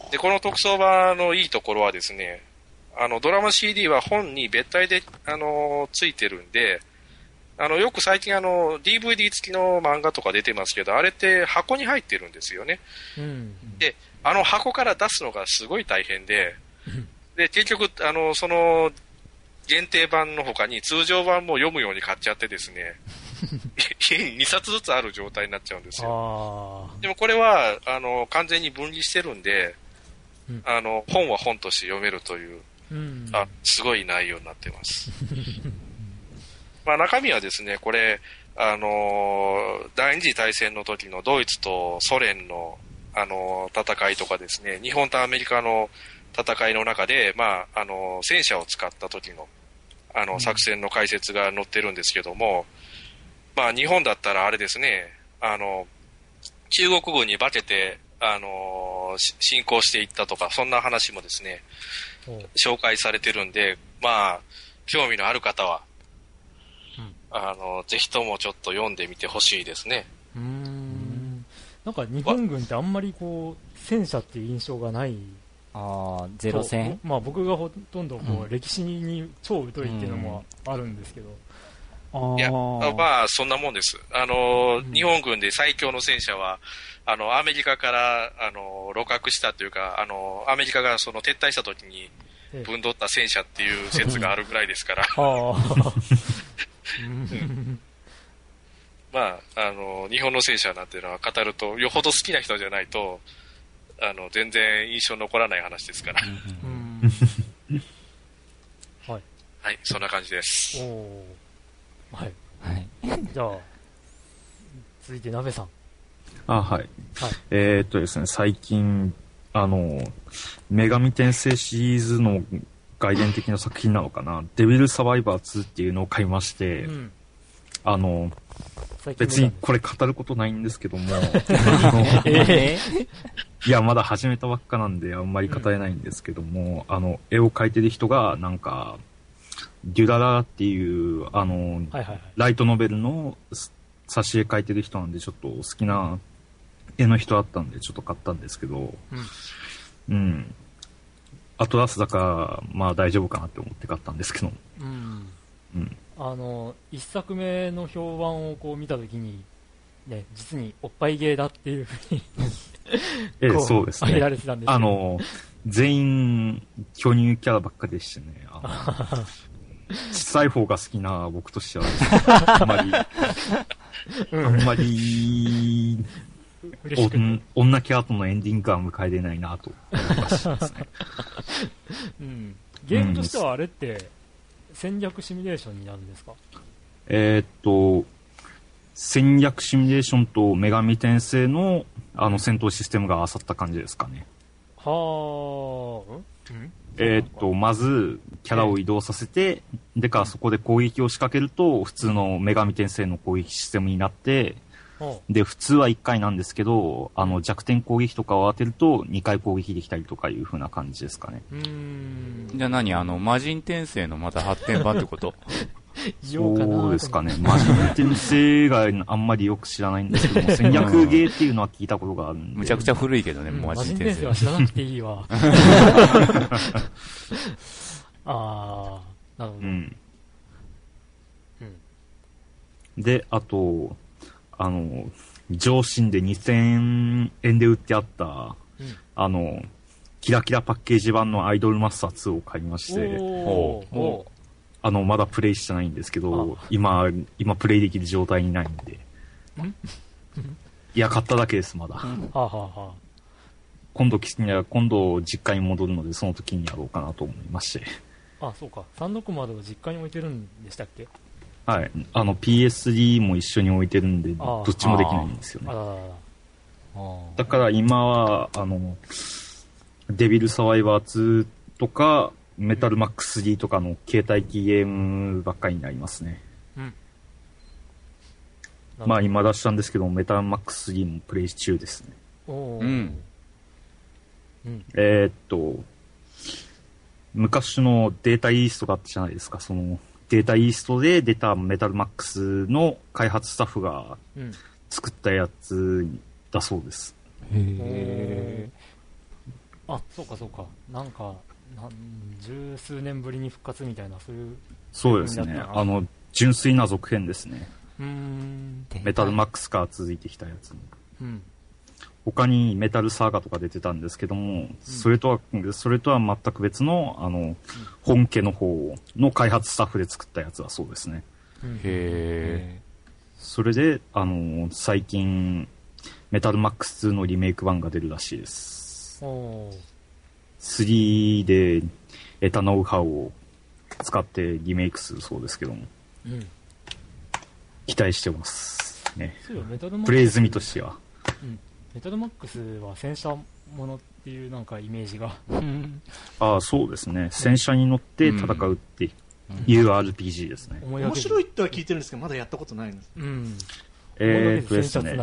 で、この特捜版のいいところはですね、あの、ドラマ シーディー は本に別体で、あの、ついてるんで、あの、よく最近あの、ディーブイディー 付きの漫画とか出てますけど、あれって箱に入ってるんですよね。うん、で、あの箱から出すのがすごい大変で、で、結局、あの、その、限定版の他に通常版も読むように買っちゃってですね、にさつずつある状態になっちゃうんですよ。でもこれは、あの、完全に分離してるんで、うん、あの、本は本として読めるという、うん、あ、すごい内容になってます。まあ中身はですね、これ、あのー、第二次大戦の時のドイツとソ連の、あのー、戦いとかですね、日本とアメリカの戦いの中で、まあ、あのー、戦車を使った時の、あの、作戦の解説が載ってるんですけども、まあ日本だったらあれですね、あの、中国軍に化けて、あのー、侵攻していったとか、そんな話もですね、紹介されてるんで、まあ、興味のある方は、あの、ぜひともちょっと読んでみてほしいですね。うーん。なんか日本軍ってあんまりこう、戦車っていう印象がない。 ああ、ゼロ戦？ まあ僕がほとんどこう、うん、歴史に超疎いっていうのもあるんですけど。 いや、まあそんなもんです。あの、うん、日本軍で最強の戦車は、あの、アメリカから、あの、露獲したというか、あの、アメリカがその撤退した時に、分取った戦車っていう説があるぐらいですから。うん、まあ、あの、日本の戦車なんていうのは語ると、よほど好きな人じゃないと、あの、全然印象残らない話ですから。はい。はい、そんな感じです。おはい。はい。じゃあ、続いて、鍋さん。 あ、はい。はい、えー、っとですね、最近、あの、女神転生シリーズの外伝的な作品なのかな、デビルサバイバーツーっていうのを買いまして、うん、あの、別にこれ語ることないんですけども、えー、いや、まだ始めたばっかなんであんまり語れないんですけども、うん、あの、絵を描いてる人が、なんか、デュララっていう、あの、はいはいはい、ライトノベルの挿絵描いてる人なんで、ちょっと好きな絵の人あったんで、ちょっと買ったんですけど、うん。うん、アトラスだから、まあ大丈夫かなって思って買ったんですけど。うん。 うん。あの、一作目の評判をこう見たときに、ね、実におっぱい芸だっていうふうにええ、そうですね。 挙げられてたんですけど。 あの、全員、巨乳キャラばっかりでしたね。あの小さい方が好きな僕としては、あんまり、あんまり、女キャラとのエンディングは迎えれないなと思いましたね。 うん。ゲームとしてはあれって、 戦略シミュレーションになるんですか？ えー、っと、戦略シミュレーションと女神転生のあの戦闘システムが合わさった感じですかね。 はー、うん？ えー、っと、まず、キャラを移動させて、でか、そこで攻撃を仕掛けると、普通の女神転生の攻撃システムになって、で、普通はいっかいなんですけど、あの、弱点攻撃とかを当てると、にかい攻撃できたりとかいう風な感じですかね。 うーん。じゃあ何あの、魔人転生のまた発展版ってことそうですかね。魔人転生があんまりよく知らないんですけども、戦略ゲーっていうのは聞いたことがあるんで。 むちゃくちゃ古いけどね、 うん、 魔人転生。魔人転生は知らなくていいわ。あー、なるほど。うん。 うん、で、あと、あの、上新でにせんえんで売ってあった、うん、あの、キラキラパッケージ版のアイドルマスターツーを買いまして、おーおーあの、まだプレイしてないんですけど、今、今プレイできる状態にないんで。んいや、買っただけです、まだ。はあはあはあ、今度、今度、実家に戻るので、その時にやろうかなと思いまして。 あ、そうか。さんろくまるを実家に置いてるんでしたっけ？ はい。あの、ピーエススリー も一緒に置いてるんで、どっちもできないんですよね。あだから今は、あの、デビルサバイバーツーとか、メタルマックススリーとかの携帯機ゲームばっかりになりますね。うん、まあ今出したんですけど、メタルマックススリーもプレイ中ですね。おー、うんうん、えー、っと、昔のデータイーストがあったじゃないですか。そのデータイーストで出たメタルマックスの開発スタッフが作ったやつだそうです。うん、へー。あ、そうかそうか。なんか、なん十数年ぶりに復活みたいな、そういう。 そうですね。あの、純粋な続編ですね。うーん。メタルマックスから続いてきたやつに。うん。他にメタルサーガとか出てたんですけども、うん、それとは、それとは全く別の、あの、うん、本家の方の開発スタッフで作ったやつはそうですね。うん、へー。それで、あの、最近、メタルマックスツーのリメイク版が出るらしいです。おー。スリーで得たノウハウを使ってリメイクするそうですけども、うん、期待してますね。プレイ済みとしては、 うん、メタルマックスは戦車ものっていうなんかイメージがああ、そうですね。戦車に乗って戦うっていう アールピージー ですね。 うん、面白いっては聞いてるんですけどまだやったことないんです。うん、 えーっとですね。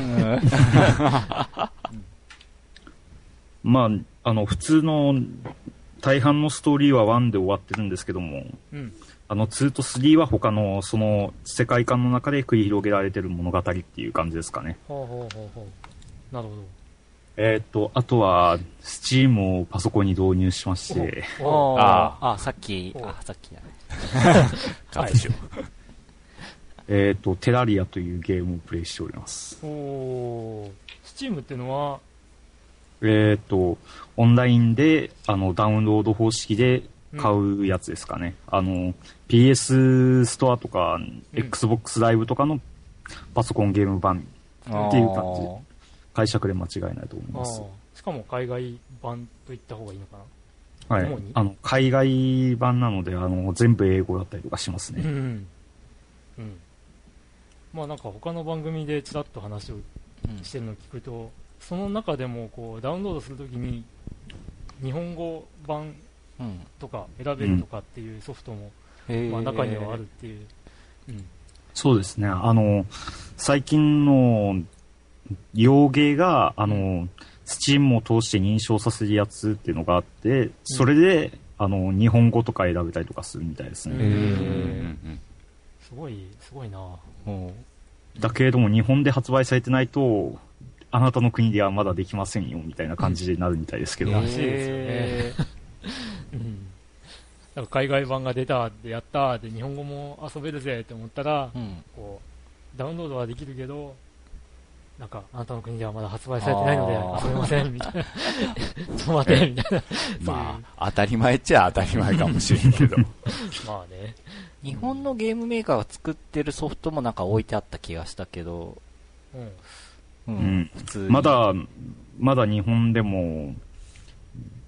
まあ、あの、普通の大半のストーリーはワンで終わってるんですけども、うん、あの、ツーとスリーは他のその世界観の中で繰り広げられてる物語っていう感じですかね。ほうほうほうほう。なるほど。 えー、っと、あとは、スチームをパソコンに導入しまして、 ああ、さっき、あ、さっきやね。 はい、えーっと、テラリアというゲームをプレイしております。 おー、スチームっていうのは、 えっと、オンラインで、あの、ダウンロード方式で買うやつですかね。うん、あの、ピーエス ストアとか、うん、Xbox ライブとかのパソコンゲーム版っていう感じ。解釈で間違いないと思います。 しかも海外版と言った方がいいのかな？はい。あの、海外版なので、あの、全部英語だったりとかしますね。うん。 うん。まあなんか他の番組でちらっと話をしてるのを聞くと、うん、その中でもこうダウンロードするときに日本語版とか選べるとかっていうソフトも、うんまあ、中にはあるっていう、うん、 そうですね。あの最近の洋芸があのスチームを通して認証させるやつっていうのがあってそれで、うん、あの日本語とか選べたりとかするみたいですね。 へすごいすごいな。 だけれども日本で発売されてないとあなたの国ではまだできませんよみたいな感じになるみたいですけど、 うん、らしいですよね、うん、なんか海外版が出たでやったで日本語も遊べるぜって思ったら、うん、こうダウンロードはできるけどなんかあなたの国ではまだ発売されてないので遊べませんみたいなちょっと待てみたいなまあ当たり前っちゃ当たり前かもしれんけどまあね日本のゲームメーカーが作ってるソフトもなんか置いてあった気がしたけどうんうん、普通まだまだ日本でも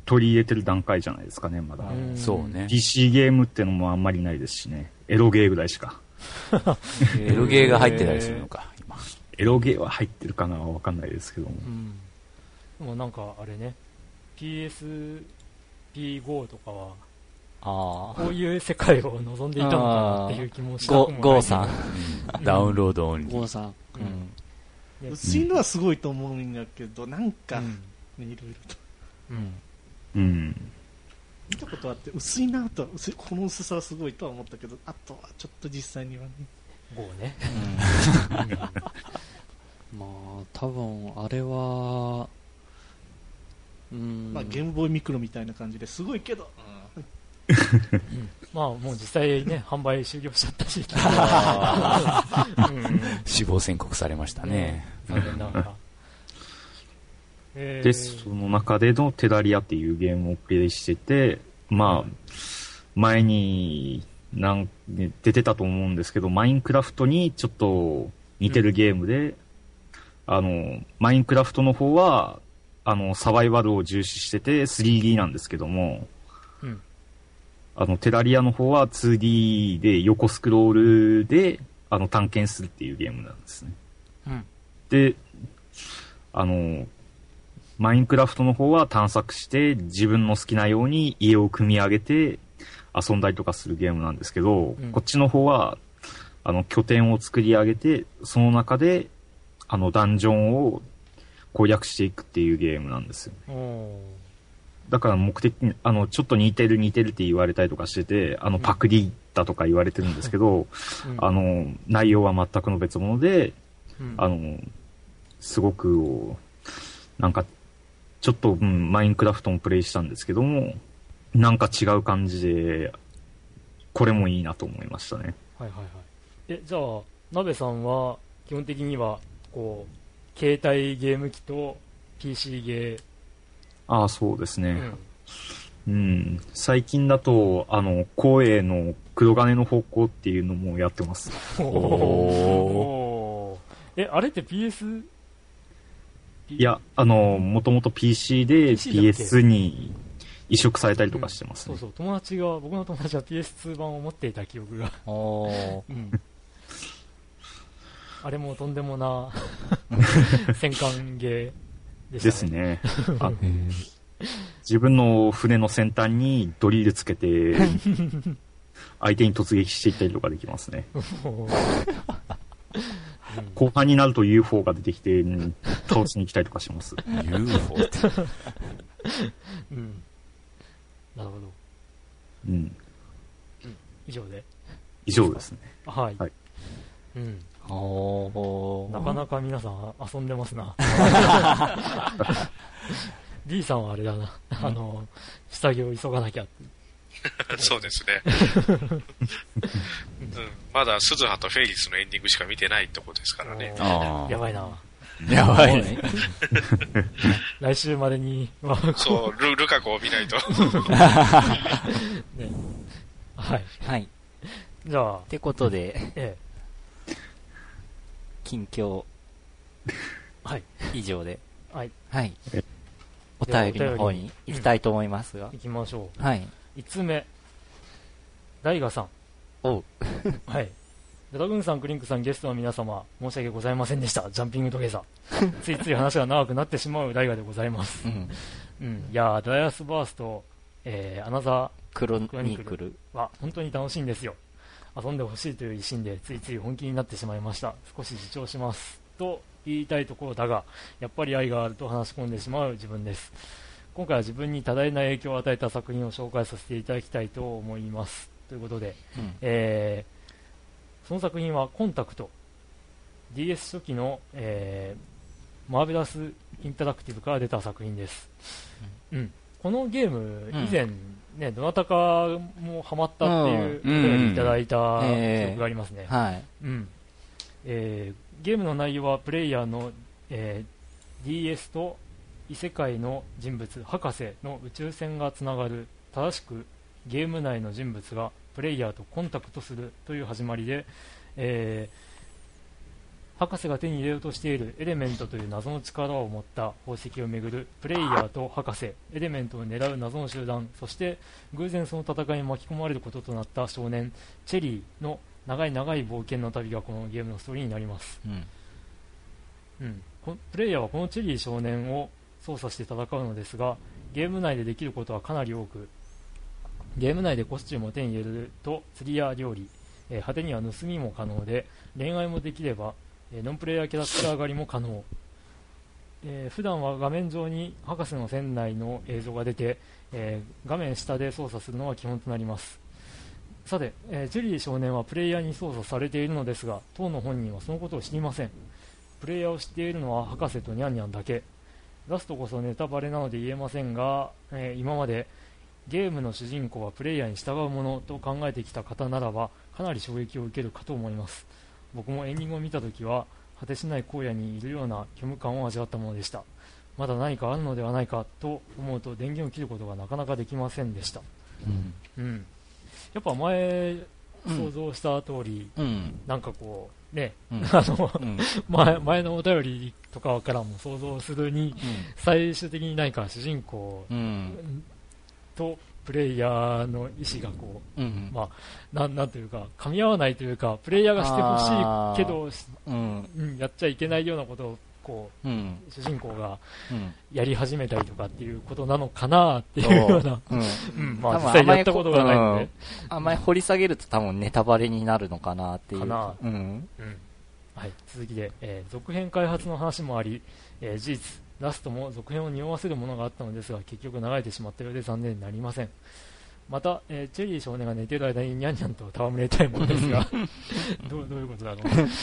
取り入れてる段階じゃないですかね、まだ。 そうね。 ピーシー ゲームってのもあんまりないですしね。エロゲーぐらいしか。 エロゲーが入ってたりするのか、今。 エロゲーは入ってるかなわかんないですけども。 うん、でもなんかあれね、ピーエスピーフォー とかは、あこういう世界を望んでいたのかなっていう気もしたくもない。 ゴーさん。 ダウンロードオンリー。 ゴーさん。 うん。薄いのはすごいと思うんだけど、なんか、ね、いろいろと。 うん。 うん。 見たことあって、薄いなとは、この薄さはすごいとは思ったけど、あとはちょっと実際にはね。 ゴーね。 うん、まあ、多分、あれは、 うん。まあ、ゲームボーイミクロみたいな感じですごいけど、 うん、まあもう実際ね販売終了しちゃったし、 うん、死亡宣告されましたね。 残念ながら。 えー、でその中でのテラリアっていうゲームをプレイしてて、まあ前になん出てたと思うんですけど、マインクラフトにちょっと似てるゲームで、うん、あのマインクラフトの方はあのサバイバルを重視してて スリーディー なんですけども。うん、あの、テラリアの方は ツーディー で横スクロールで、あの、探検するっていうゲームなんですね。うん、で、あの、マインクラフトの方は探索して自分の好きなように家を組み上げて遊んだりとかするゲームなんですけど、うん、こっちの方は、あの、拠点を作り上げて、その中で、あの、ダンジョンを攻略していくっていうゲームなんですよ。だから目的に、あの、ちょっと似てる似てるって言われたりとかしてて、あの、パクリだとか言われてるんですけど、うん、あの、内容は全くの別物で、うん、あの、すごく、なんか、ちょっと、うん、マインクラフトもプレイしたんですけども、なんか違う感じで、これもいいなと思いましたね。 はいはいはい。え、じゃあ、なべさんは、基本的には、こう、携帯ゲーム機と ピーシー ゲー、 ああ、そうですね。うん。うん、最近だと、あの、光栄の黒金の方向っていうのもやってます。 おー。え、あれって ピーエス？ いや、あの、もともと ピーシー で ピーエス に移植されたりとかしてますね。 うん、そうそう、友達が、僕の友達は ピーエスツー 版を持っていた記憶が。おー。うん。あれもとんでもな戦艦ゲー。 ですね。あ自分の船の先端にドリルつけて、相手に突撃していったりとかできますね。後半になると ユーフォー が出てきて、うん、倒しに来たりとかします。ユーフォー って。 うん。なるほど。 うん。うん、 以上で以上ですね。 はい。はい、うん。おなかなか皆さん遊んでますな。D さんはあれだな、あの下着を急がなきゃってそうですね、うん、まだ鈴葉とフェイリスのエンディングしか見てないとこですからね。 やばいな。 やばいね。 来週までにそう ル, ルカ子を見ないと、 ね、はい、 はい、 じゃあってことで、 ええ、 近況はい以上で、 はい、 はい、お便りの方に行きたいと思いますが、 行きましょう。 はい、 いつつめ、大河さん。 おうはい。ドラグーンさん、クリンクさん、ゲストの皆様、申し訳ございませんでした。ジャンピングトゲザー。ついつい話が長くなってしまう大河でございます。うん。うん、いやー、ドライアスバースト、えー、アナザークロニクルは本当に楽しいんですよ。遊んでほしいという一心でついつい本気になってしまいました。少し自重しますと言いたいところだが、やっぱり愛があると話し込んでしまう自分です。今回は自分に多大な影響を与えた作品を紹介させていただきたいと思います。ということで、うん、えー、その作品はコンタクト ディーエス 初期の、えー、マーベラスインタラクティブから出た作品です、うんうん、このゲーム以前、ね、どなたかもハマったっていうお便りいただいた記憶がありますね、 はいうん、えー、ゲームの内容はプレイヤーの、えー、ディーエス と異世界の人物博士の宇宙船がつながる。正しくゲーム内の人物がプレイヤーとコンタクトするという始まりで、え博士が手に入れようとしているエレメントという謎の力を持った宝石をめぐるプレイヤーと博士、エレメントを狙う謎の集団、そして偶然その戦いに巻き込まれることとなった少年チェリーの長い長い冒険の旅がこのゲームのストーリーになります、うんうん、プレイヤーはこのチェリー少年を操作して戦うのですが、ゲーム内でできることはかなり多く、ゲーム内でコスチュームを手に入れると釣りや料理、えー、果てには盗みも可能で、恋愛もできれば、えー、ノンプレイヤーキャラクター狩りも可能、えー、普段は画面上に博士の船内の映像が出て、えー、画面下で操作するのは基本となります。さて、えー、チェリー少年はプレイヤーに操作されているのですが、当の本人はそのことを知りません。プレイヤーを知っているのは博士とニャンニャンだけ。ラストこそネタバレなので言えませんが、えー、今までゲームの主人公はプレイヤーに従うものと考えてきた方ならば、かなり衝撃を受けるかと思います。僕もエンディングを見たときは、果てしない荒野にいるような虚無感を味わったものでした。まだ何かあるのではないかと思うと、電源を切ることがなかなかできませんでした。うん。うん、やっぱ前、想像した通り、うん、なんかこう、ね、うん、あの、うん、前, 前のお便りとかからも想像するに、うん、最終的に何か主人公とプレイヤーの意思がこう、うん、まあ、な, なんというか噛み合わないというか、プレイヤーがしてほしいけど、うんうん、やっちゃいけないようなことをこう、うん、主人公がやり始めたりとかっていうことなのかなっていうような、うんうん、まあ実際やったことがないので、 あんまり掘り下げると多分ネタバレになるのかなっていうかな、 うんうんはい、続きで、えー、続編開発の話もあり、えー、事実ラストも続編を匂わせるものがあったのですが、結局流れてしまったようで残念になりません。また、えー、チェリー少年が寝ている間にニャンニャンと戯れたいものですがどう、どういうことだろう、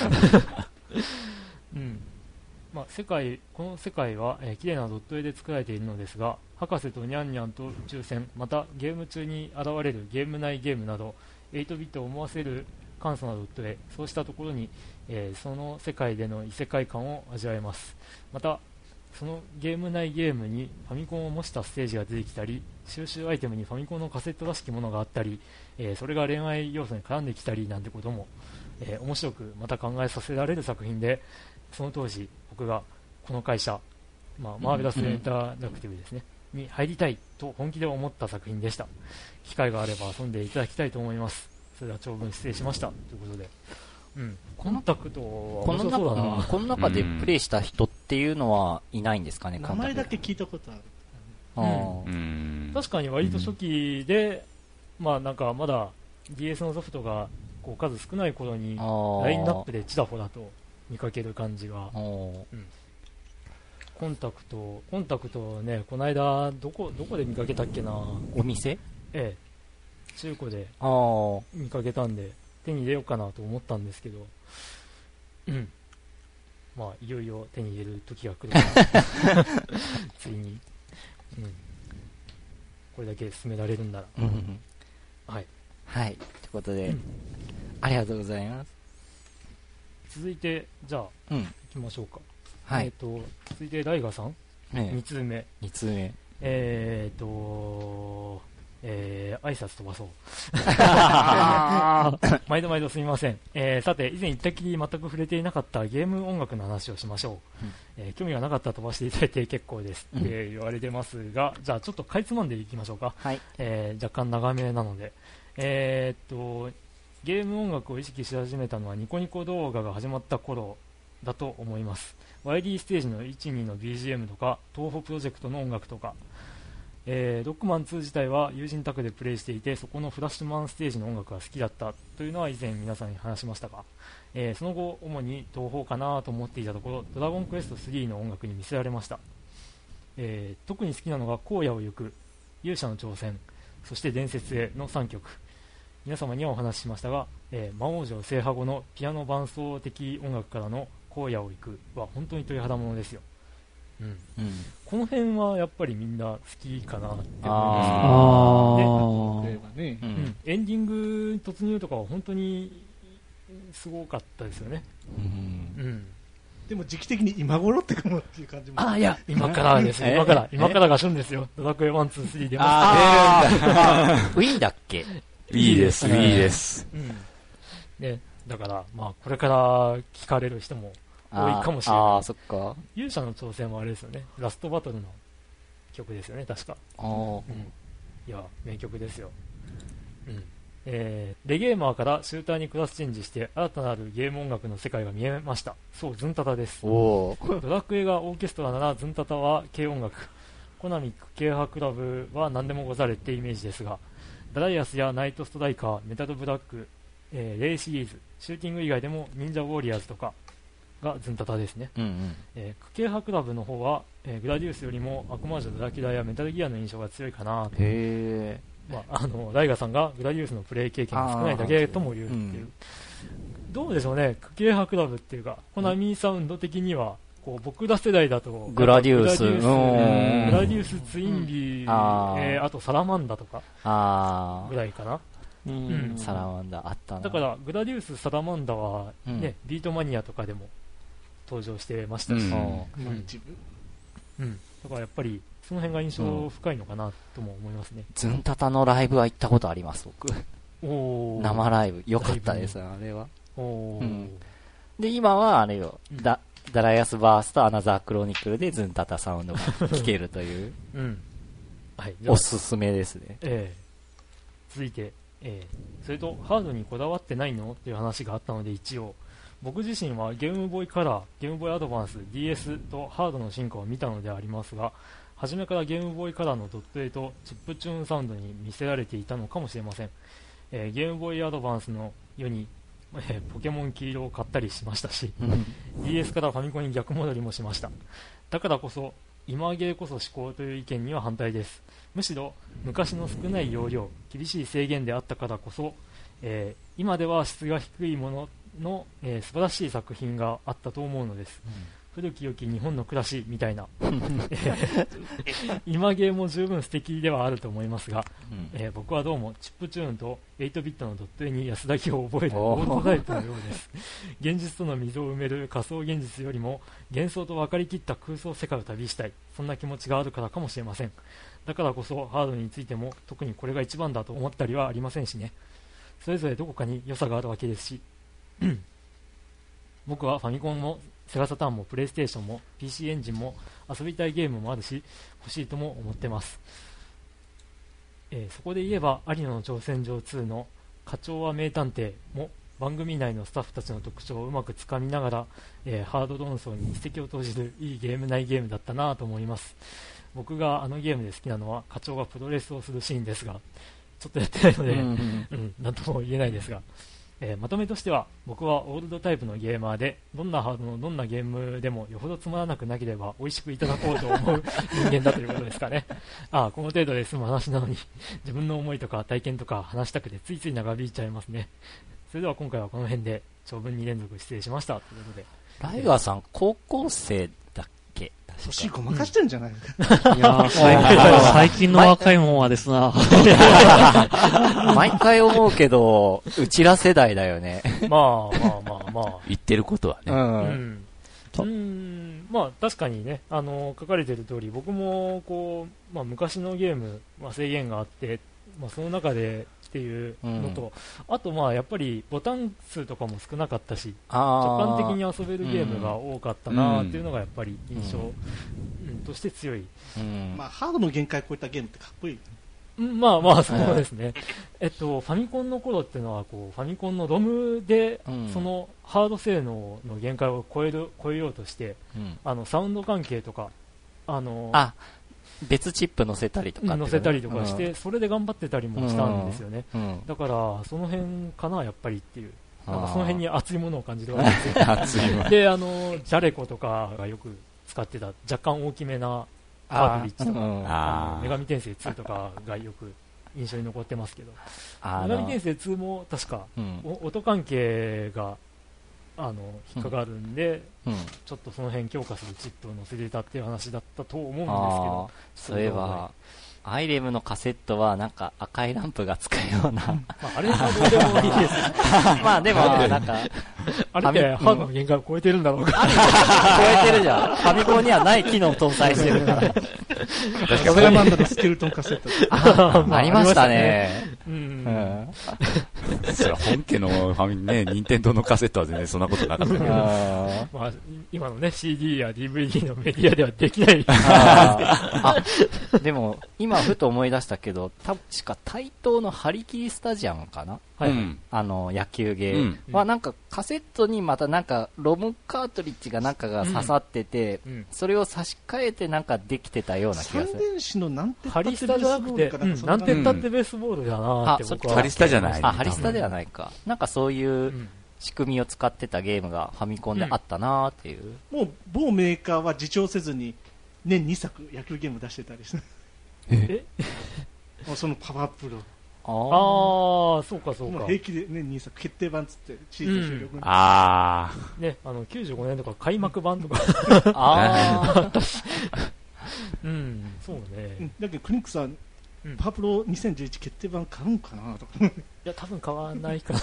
うんまあ、世界この世界は、えー、綺麗なドット絵で作られているのですが、博士とニャンニャンと宇宙船、またゲーム中に現れるゲーム内ゲームなどはちビットを思わせる簡素なドット絵、そうしたところに、えー、その世界での異世界観を味わえます。またそのゲーム内ゲームにファミコンを模したステージが出てきたり、収集アイテムにファミコンのカセットらしきものがあったり、えー、それが恋愛要素に絡んできたりなんてことも、えー、面白くまた考えさせられる作品で、その当時僕がこの会社、まあ、マーベラスエンタラクティブですね、うん、に入りたいと本気で思った作品でした。機会があれば遊んでいただきたいと思います。それでは長文失礼しましたということで、うん、コンタクトは面白そうだな。 この, この中でプレイした人っていうのはいないんですかね、 名前だけ聞いたことある。 うん、確かに割と初期で、うん、まあなんかまだ ディーエス のソフトがこう数少ない頃にラインナップでちらほらと見かける感じが、うん、コンタクトコンタクトね、この間どこどこで見かけたっけな。 お店？ ええ、中古で見かけたんで手に入れようかなと思ったんですけど、うん、まあいよいよ手に入れる時が来るからついに、うん、これだけ進められるんなら、うんうん、はいはいということで、うん、ありがとうございます。 続いてじゃあ、うん、行きましょうか。 はい、 えーと続いてライガさん、ね、に通目に通目えーとえー、挨拶飛ばそう毎度毎度すみません、えー、さて以前言ったきり全く触れていなかったゲーム音楽の話をしましょう、うんえー、興味がなかったら飛ばしていただいて結構ですって、うん、言われてますが、じゃあちょっとかいつまんでいきましょうか、はいえー、若干長めなので、えー、っとゲーム音楽を意識し始めたのはニコニコ動画が始まった頃だと思います。 ワイディー ステージのいち、にの ビージーエム とか東宝プロジェクトの音楽とか、えー、ロックマンツー自体は友人宅でプレイしていて、そこのフラッシュマンステージの音楽が好きだったというのは以前皆さんに話しましたが、えー、その後主に東宝かなと思っていたところ、ドラゴンクエストスリーの音楽に見せられました。えー、特に好きなのが荒野を行く、勇者の挑戦、そして伝説へのさんきょく。皆様にはお話ししましたが、えー、魔王城制覇後のピアノ伴奏的音楽からの荒野を行くは本当に鳥肌ものですよ。うんうん、この辺はやっぱりみんな好きかなって思いますね。で、ねうんうん、エンディング突入とかは本当にすごかったですよね。 うんうん、でも時期的に今頃ってかもっていう感じも。 あいや今からですよ。今から今からが旬ですよ。ドラクエワンツースリー出ます。あウィーだっけ？ いいですいいです。 うんねだからまあこれから聞かれる人も多いかもしれない。 ああ、そっか。 勇者の挑戦はあれですよね。ラストバトルの曲ですよね、確か。 ああ、うん。 いや、名曲ですよ。うん。えー、レゲーマーからシューターにクラスチェンジして新たなるゲーム音楽の世界が見えました。そう、ズンタタです。 おドラクエがオーケストラならズンタタは軽音楽、コナミ軽派クラブは何でもござれってイメージですが、ダライアスやナイトストライカー、メタルブラック、えー、レイシリーズ、シューティング以外でも忍者ウォリアーズとかがズンタタですね。 うんうん、 えー、軽派クラブの方は、えー、グラディウスよりもアクマージュドラキュラやメタルギアの印象が強いかなと。 へー。 まあ、あのライガさんがグラディウスのプレイ経験が少ないだけとも言うっていう、うん、どうでしょうね、クケーハクラブっていうか、コナミサウンド的にはこう僕ら世代だとグラディウス、 グラディウス、うん、グラディウスツインビー、うん、あ, えー、あとサラマンダとかぐらいかな。 うん、サラマンダあったな。 だからグラディウス、サラマンダは、ね、うん、ビートマニアとかでも登場してましたし、うんうんうん、だからやっぱりその辺が印象深いのかなとも思いますね。 ズンタタのライブは行ったことあります、僕。お生ライブ良かったです、あれは。お、うん、で今はあれよ、うん、ダ, ダライアスバースとアナザークロニクルでズンタタサウンドが聴けるという、うん、はい、おすすめですね。 えー、続いて、えー、それとハードにこだわってないのっていう話があったので、一応僕自身はゲームボーイカラー、ゲームボーイアドバンス、ディーエス とハードの進化を見たのでありますが、初めからゲームボーイカラーのドット絵とチップチューンサウンドに見せられていたのかもしれません。えー、ゲームボーイアドバンスの世に、えー、ポケモン黄色を買ったりしましたしディーエス からファミコンに逆戻りもしました。だからこそ今ゲーこそ思考という意見には反対です。むしろ昔の少ない容量、厳しい制限であったからこそ、えー、今では質が低いものの、えー、素晴らしい作品があったと思うのです、うん、古き良き日本の暮らしみたいな今ゲーも十分素敵ではあると思いますが、うんえー、僕はどうもチップチューンとエイトビットのドット絵に安らぎを覚えるオートタイプのようです現実との溝を埋める仮想現実よりも幻想と分かりきった空想世界を旅したい、そんな気持ちがあるからかもしれません。だからこそハードについても特にこれが一番だと思ったりはありませんしね。それぞれどこかに良さがあるわけですし僕はファミコンもセガサターンもプレイステーションも ピーシー エンジンも遊びたいゲームもあるし欲しいとも思ってます、えー、そこで言えば有野の挑戦状ツーの課長は名探偵も番組内のスタッフたちの特徴をうまくつかみながら、えー、ハード論争に一石を投じるいいゲーム内ゲームだったなと思います。僕があのゲームで好きなのは課長がプロレスをするシーンですが、ちょっとやってないので、うんうんうん、なんとも言えないですが、えー、まとめとしては僕はオールドタイプのゲーマーで、どんなハードのどんなゲームでもよほどつまらなくなければ美味しくいただこうと思う人間だということですかね。ああ、この程度で済む話なのに自分の思いとか体験とか話したくてついつい長引いちゃいますね。それでは今回はこの辺で長文に連続失礼しましたということで。 ライガーさん、えー、高校生だっけ？ 年ごまかしてんじゃないのか、うん、いや最近の若いもんはですな毎回思うけどうちら世代だよね。 まあまあまあまあ言ってることはね、うん、 うんうんまあ確かにね、あの書かれている通り僕もこう、まあ、昔のゲーム、まあ、制限があって、まあ、その中でっていうのと、うん、あとまあやっぱりボタン数とかも少なかったし直感的に遊べるゲームが多かったなっていうのがやっぱり印象、うんうん、として強い、 うんまあ、ハードの限界を超えたゲームってかっこいい、 うん、まあまあそうですねえっとファミコンの頃っていうのはこうファミコンのロムでそのハード性能の限界を超える超えようとして、うん、あのサウンド関係とかあのあ別チップ載せたりとか、ね、 載せたりとかして、うん、それで頑張ってたりもしたんですよね、うんうん、だからその辺かなやっぱりっていう、なんかその辺に熱いものを感じるわけですよであのジャレコとかがよく使ってた若干大きめなカートリッジとか、うん、あ女神転生ツーとかがよく印象に残ってますけど、女神転生ツーも確か、うん、音関係があの引っかかるんで、うんうん、ちょっとその辺強化するチップを載せていたっていう話だったと思うんですけど、 そういえばアイレムのカセットはなんか赤いランプがつくような、うんまあ、あれはどうでもいいですまあでもなんかあれってハードの限界を超えてるんだろうか超えてるじゃん。ファミコンにはない機能を搭載してるから確かにバンドのスケルトンカセットあ, ありましたね、 うんうんそら本家のファミね、任天堂のカセットは全然そんなことなかったけど。 あまあ、今のね、シーディー や ディーブイディー のメディアではできない。 ああでも、今ふと思い出したけど、確か台東のハリキリスタジアムかな、 はい、うん、 あの、野球ゲーは、うん、なんかカセットにまたなんか、ロムカートリッジがなんかが刺さってて、うん、それを差し替えてなんかできてたような気がする。 三電子のなんてハリスタじゃなくて、うん、なんてったってベースボールだなって僕は。 ハリスタじゃない。 あ、ハリスタではないか。なんかそういう仕組みを使ってたゲームがファミコンであったなっていう、 うん、もう某メーカーは自重せずに年にさく野球ゲーム出してたりしてえもうそのパワープロああそうかそうかもう平気で年にさく決定版つってシーズン終了後に、 うん、ああねあのきゅうじゅうごねんとか開幕版とかああうんそうねだけどクニックさんうん、パワープロにせんじゅういち決定版買うんかなとかいや多分買わないかな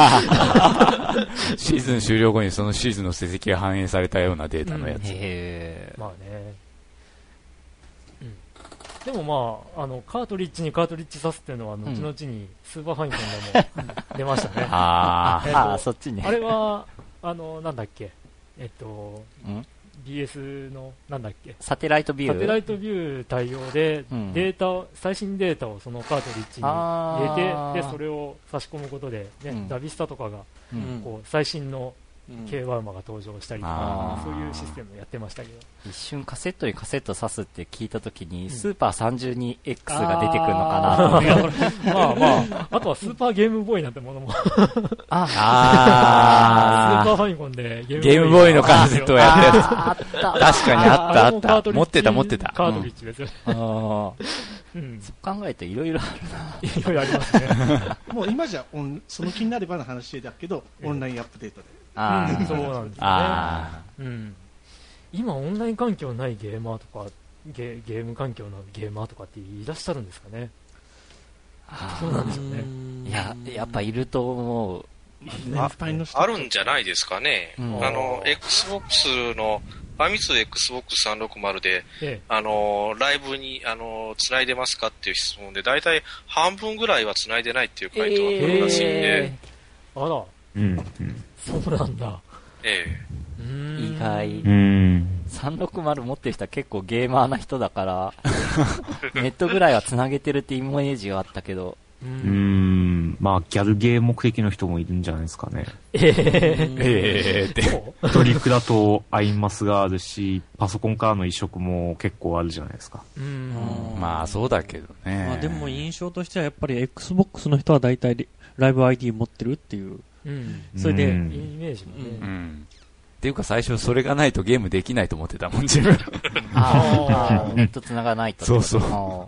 シーズン終了後にそのシーズンの成績が反映されたようなデータのやつ、うん、 へまあね、うん、でもまああのカートリッジにカートリッジ挿すっていうのは後々にスーパーファミコンでも出ましたねあ、えー、あそっちにあれはあのなんだっけえっとんビーエス のなんだっけサテライトビューサテライトビュー対応でデータ、うん、最新データをそのカートリッジに入れてでそれを差し込むことで、ねうん、ダビスタとかが、うん、こう最新の競馬馬が登場したりとか、うん、そういうシステムをやってましたけど一瞬カセットにカセット挿すって聞いたときに、うん、スーパー さんじゅうにエックス が出てくるのかなと思ってまあまああとはスーパーゲームボーイなんてものもああスーパーファミコンでゲームボーイのカセットをやったやつあった確かにあったあった持ってた持ってたカートリッジですよ、 うん、あうん、そう考えるといろいろあるないろいろありますねもう今じゃオンその気になればの話だけどオンラインアップデートであうん、そうなんですねあ、うん、今オンライン環境ないゲーマーとか ゲ, ゲーム環境のゲーマーとかっていらっしゃるんですかねそうなんですよねいややっぱいると思うあ, あるんじゃないですかね、うん、あの Xbox のファミ通 エックスボックスさんびゃくろくじゅう で、ええ、あのライブにあの繋いでますかっていう質問でだいたい半分ぐらいは繋いでないっていう回答が来るらしいんで、えー、あら、 うん、 そうなんだ、 ええ、意外うんさんびゃくろくじゅう持ってる人は結構ゲーマーな人だからネットぐらいは繋げてるってイメージがあったけどうーんまあギャルゲー目的の人もいるんじゃないですかねえー、 えーってトリックだとアイマスがあるしパソコンからの移植も結構あるじゃないですかうんまあそうだけどね、 まあ、でも印象としてはやっぱり Xbox の人は大体ライブ アイディー 持ってるっていう、うん、それでイメージもね、うんうんっていうか最初それがないとゲームできないと思ってたもん自分ああネット繋がないとそうそう、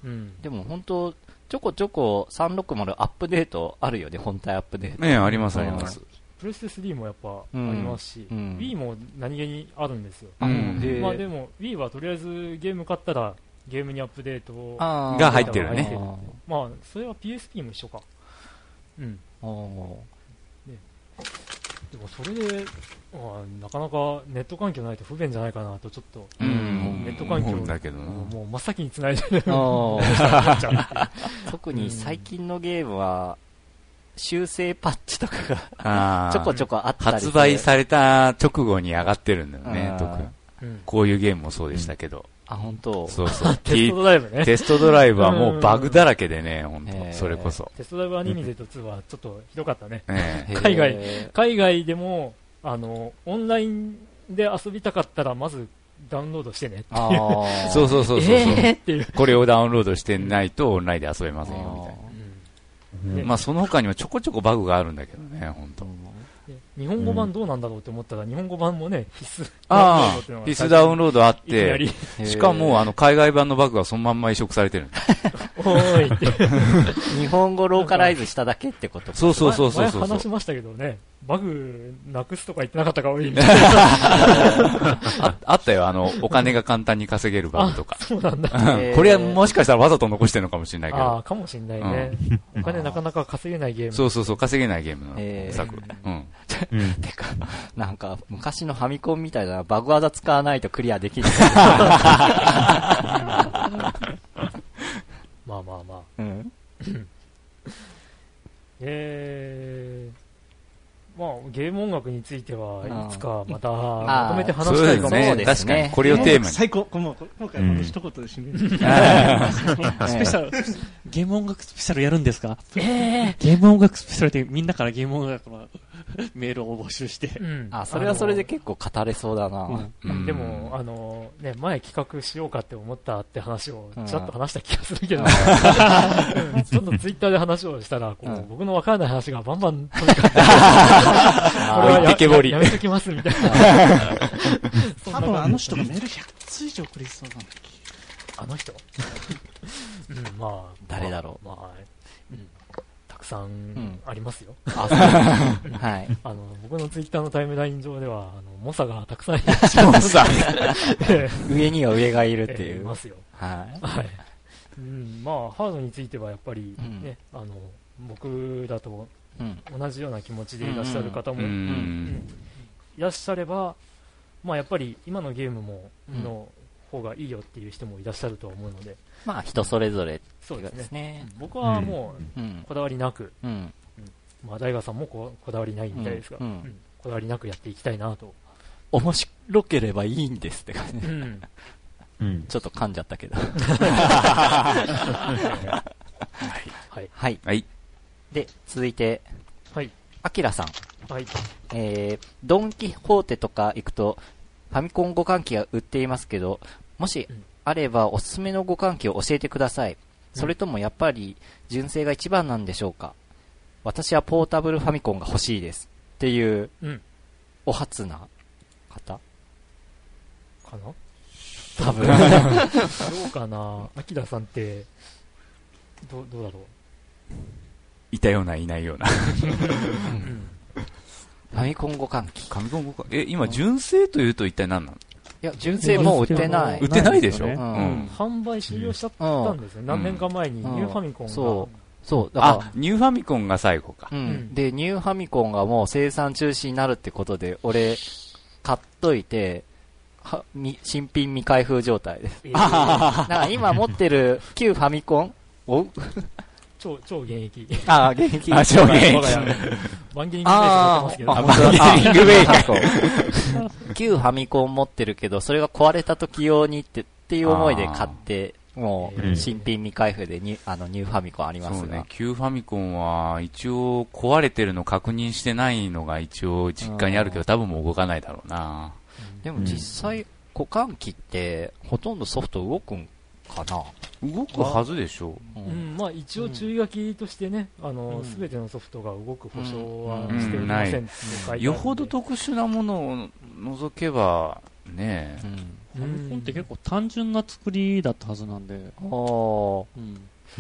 うん、でも本当ちょこちょこさんびゃくろくじゅうアップデートあるよね本体アップデートねありますありますプレステスリーもやっぱありますし、うんうん、Wii も何気にあるんですよ、 うん、 まあでも Wii はとりあえずゲーム買ったらゲームにアップデートが入ってるねまあそれは ピーエスピー も一緒かうんあねでもそれで、まあ、なかなかネット環境ないと不便じゃないかなとちょっと、 うん、 ネット環境だけどもう真っ先に繋いでる特に最近のゲームは修正パッチとかがちょこちょこあったり発売された直後に上がってるんだよね特に、うん、こういうゲームもそうでしたけど、 うん、あ本当そうそうテストドライブねテストドライブはもうバグだらけでね本当それこそテストドライブアニメートツーはちょっとひどかったね海外海外でもあのオンラインで遊びたかったらまずダウンロードしてねっていうそうそうそうそう、 えー、っていうこれをダウンロードしてないとオンラインで遊べませんよみたいなうん、まあその他にもちょこちょこバグがあるんだけどね本当日本語版どうなんだろうって思ったら、うん、日本語版もね必須ああ必須ダウンロードあってしかもあの海外版のバグがそのまんま移植されてるおーいって日本語ローカライズしただけってことそうそうそうそうそう前話しましたけどねバグなくすとか言ってなかったか多いあ, あったよあのお金が簡単に稼げるバグとかそうなんだこれはもしかしたらわざと残してるのかもしれないけどああかもしれないね、うん、お金なかなか稼げないゲームそうそうそう稼げないゲームの作、うんうん、てかなんか昔のファミコンみたいなバグ技使わないとクリアできないまあまあまあ、 うんえーまあ、ゲーム音楽についてはいつかまたまとめて話したいかもしれないですね。確かにこれをテーマに最高。今回この一言で締める。スペシャルゲーム音楽スペシャルやるんですか？えー、ゲーム音楽スペシャルでみんなからゲーム音楽のメールを募集して、 うん、あそれはそれで結構語れそうだな。 うんうん、でもあのね前企画しようかって思ったって話をちらっと話した気がするけど、うん、ちょっとツイッターで話をしたらこう、うん、僕の分からない話がバンバン飛び交ってこれは や, や, やめときますみたいな。 多分あの人がメールひゃくつ以上送りそうなんだっけ。 あの人うん、まあ誰だろう。 まあ、まあうんたくさんありますよ。 うん、あはい。 あの僕のツイッターのタイムライン上ではあの猛者がたくさんいます。 上には上がいるっていう。 いますよ。 はい。 はい。うん、まあハードについてはやっぱりね、うん、あの僕だと同じような気持ちでいらっしゃる方も、うんうん、いらっしゃれば、まあやっぱり今のゲームもの方がいいよっていう人もいらっしゃると思うので。 まあ人それぞれ、 そうですね。僕はもうこだわりなく、うんうん、まあ大河さんもこだわりないみたいですが、うんうん、こだわりなくやっていきたいなと。 面白ければいいんですって感じ、うんうん、ちょっと噛んじゃったけど。はいはいはいはい。で続いて、 はい、 アキラさん、 はい、 えー、ドンキホーテとか行くとファミコン互換機が売っていますけど、もし、うんあればおすすめの互換機を教えてください。それともやっぱり純正が一番なんでしょうか。私はポータブルファミコンが欲しいですっていう、うん、お初な方かな多分どうかな。アキラさんってど う, どうだろう。 いたようないないような、うん、 ファミコン互換機。 ファミコン互換え今純正というと一体何なの。 いや純正もう売ってない。 売ってないでしょ。 うん、販売終了しちゃったんですよ、うん、何年か前にニューファミコンが、うん、 そうそうだからあニューファミコンが最後か、 うん、でニューファミコンがもう生産中止になるってことで俺買っといては新品未開封状態です、えー、だから今持ってる旧ファミコンお超超現役。 ああ現役。 あ超現役。 バンゲリングベース持ってますけど。 バンゲリングベース。旧ファミコン持ってるけどそれが壊れた時用にってっていう思いで買ってもう新品未開封でニュあのニューファミコンありますが。そうね。 旧ファミコンは一応壊れてるの確認してないのが一応実家にあるけど多分もう動かないだろうな。 でも実際互換機ってほとんどソフト動くんかな。 動くはずでしょう、 うんうん、まあ一応注意書きとしてね、あの、すべてのソフトが動く保証はしておりませんって書いてあるんで、 よほど特殊なものを除けばね、 ファミコンって結構単純な作りだったはずなんで、ああ、 うんうん、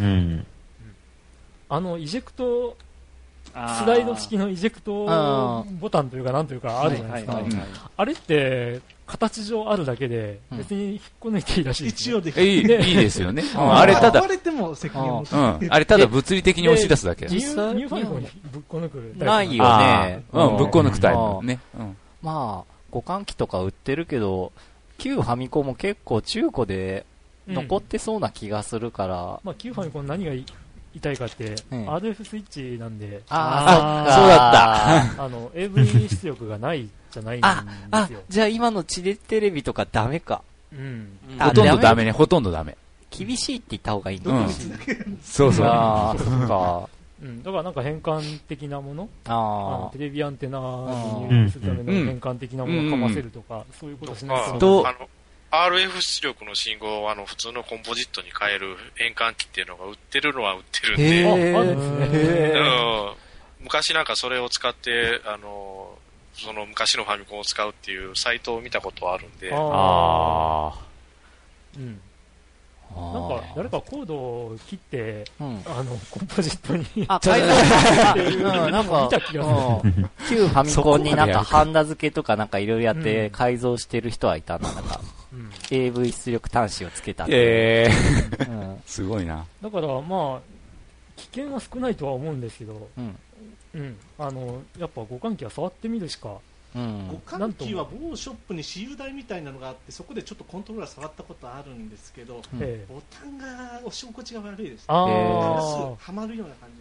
あのイジェクトスライド式のイジェクトボタンというかなんというかあるじゃないですか。あれって形上あるだけで別に引っこ抜いていいらしいです、ね、 一応できる、いい、いいですよね。うん、あれただあれても責任を持って、うん、あれただ物理的に押し出すだけ。 ニュー、ニューファミコンにぶっこ抜くタイプないよね。 うん、ぶっこ抜くタイプね。うん、 まあ互換機とか売ってるけど旧ファミコンも結構中古で残ってそうな気がするから、うん、 まあ旧ファミコン何がいい痛いかって、うん、アールエフ スイッチなんで、 ああ、そうだった。あの、エーブイ 出力がないじゃないんですよ。 あ、あ、じゃあ今の地デテレビとかダメか。 うん。 ほとんどダメね、ほとんどダメ。 厳しいって言った方がいいの、 うん、そうそう。 ああ、そうか。 うん、だからなんか変換的なもの、 あああテレビアンテナに入力するための変換的なものをかませるとか、うん、そういうことしないと。アールエフ 出力の信号をあの普通のコンポジットに変える変換器っていうのが売ってるのは売ってるんで、 あ、あるんですね。 うん、昔なんかそれを使ってあのその昔のファミコンを使うっていうサイトを見たことはあるんで、 ああ、 うん、なんか誰かコードを切って、うん、あのコンポジットにあ改造したっていうのをなんか見た気がする。旧ファミコンになんかハンダ付けとかなんかいろいろやって改造してる人はいたんだなんか。うん、エーブイ 出力端子をつけたって、 えーうん、すごいな。 だからまあ危険は少ないとは思うんですけど、 うんうん、あのやっぱ互換機は触ってみるしか、 うん、互換機は某ショップに私有台みたいなのがあってそこでちょっとコントローラー触ったことあるんですけど、うん、ボタンが押し心地が悪いです、ね、 あーすぐはまるような感じに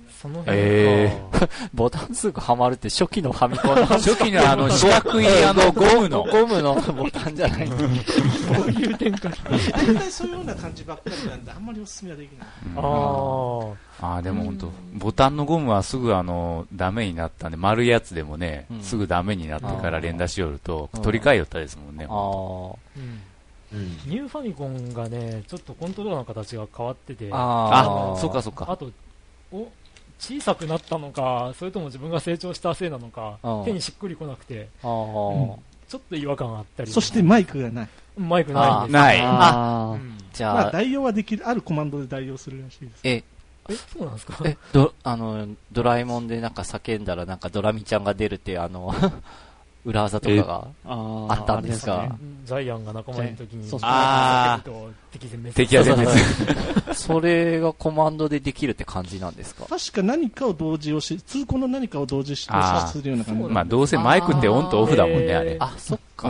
その辺えー、ボタン数がはまるって初期のファミコンの初期のあの四角いあのゴムのゴムのボタンじゃないの。 こういう展開。 大体そういうような感じばっかりなんで、あんまりおすすめはできない。 あー。 ああ、でも本当、ボタンのゴムはすぐあの、ダメになったんで、丸いやつでもね、うん、すぐダメになってから連打しよると、取り替えよったですもんね。 ああ。うん、ニューファミコンがね、ちょっとコントローラーの形が変わってて、 ああ、そうかそうか。 あと、お、小さくなったのか、それとも自分が成長したせいなのか、手にしっくりこなくて、うん、ちょっと違和感あったり。 そしてマイクがない。 マイクないんです。 ない。 あ、 うん、じゃあ、まあ、代用はできる、あるコマンドで代用するらしいです。 え、 え、そうなんですか？ え、ど、あの、ドラえもんでなんか叫んだらなんかドラミちゃんが出るってあの、裏技とかがあったんですか？ ジャイアンが仲間の時に、 ああ、敵全滅。 敵全滅。 それがコマンドでできるって感じなんですか？ 確か何かを同時押し、通行の何かを同時して押しするような感じ。 まあどうせマイクってオンとオフだもんね、あれ。 あ、そっか。うん。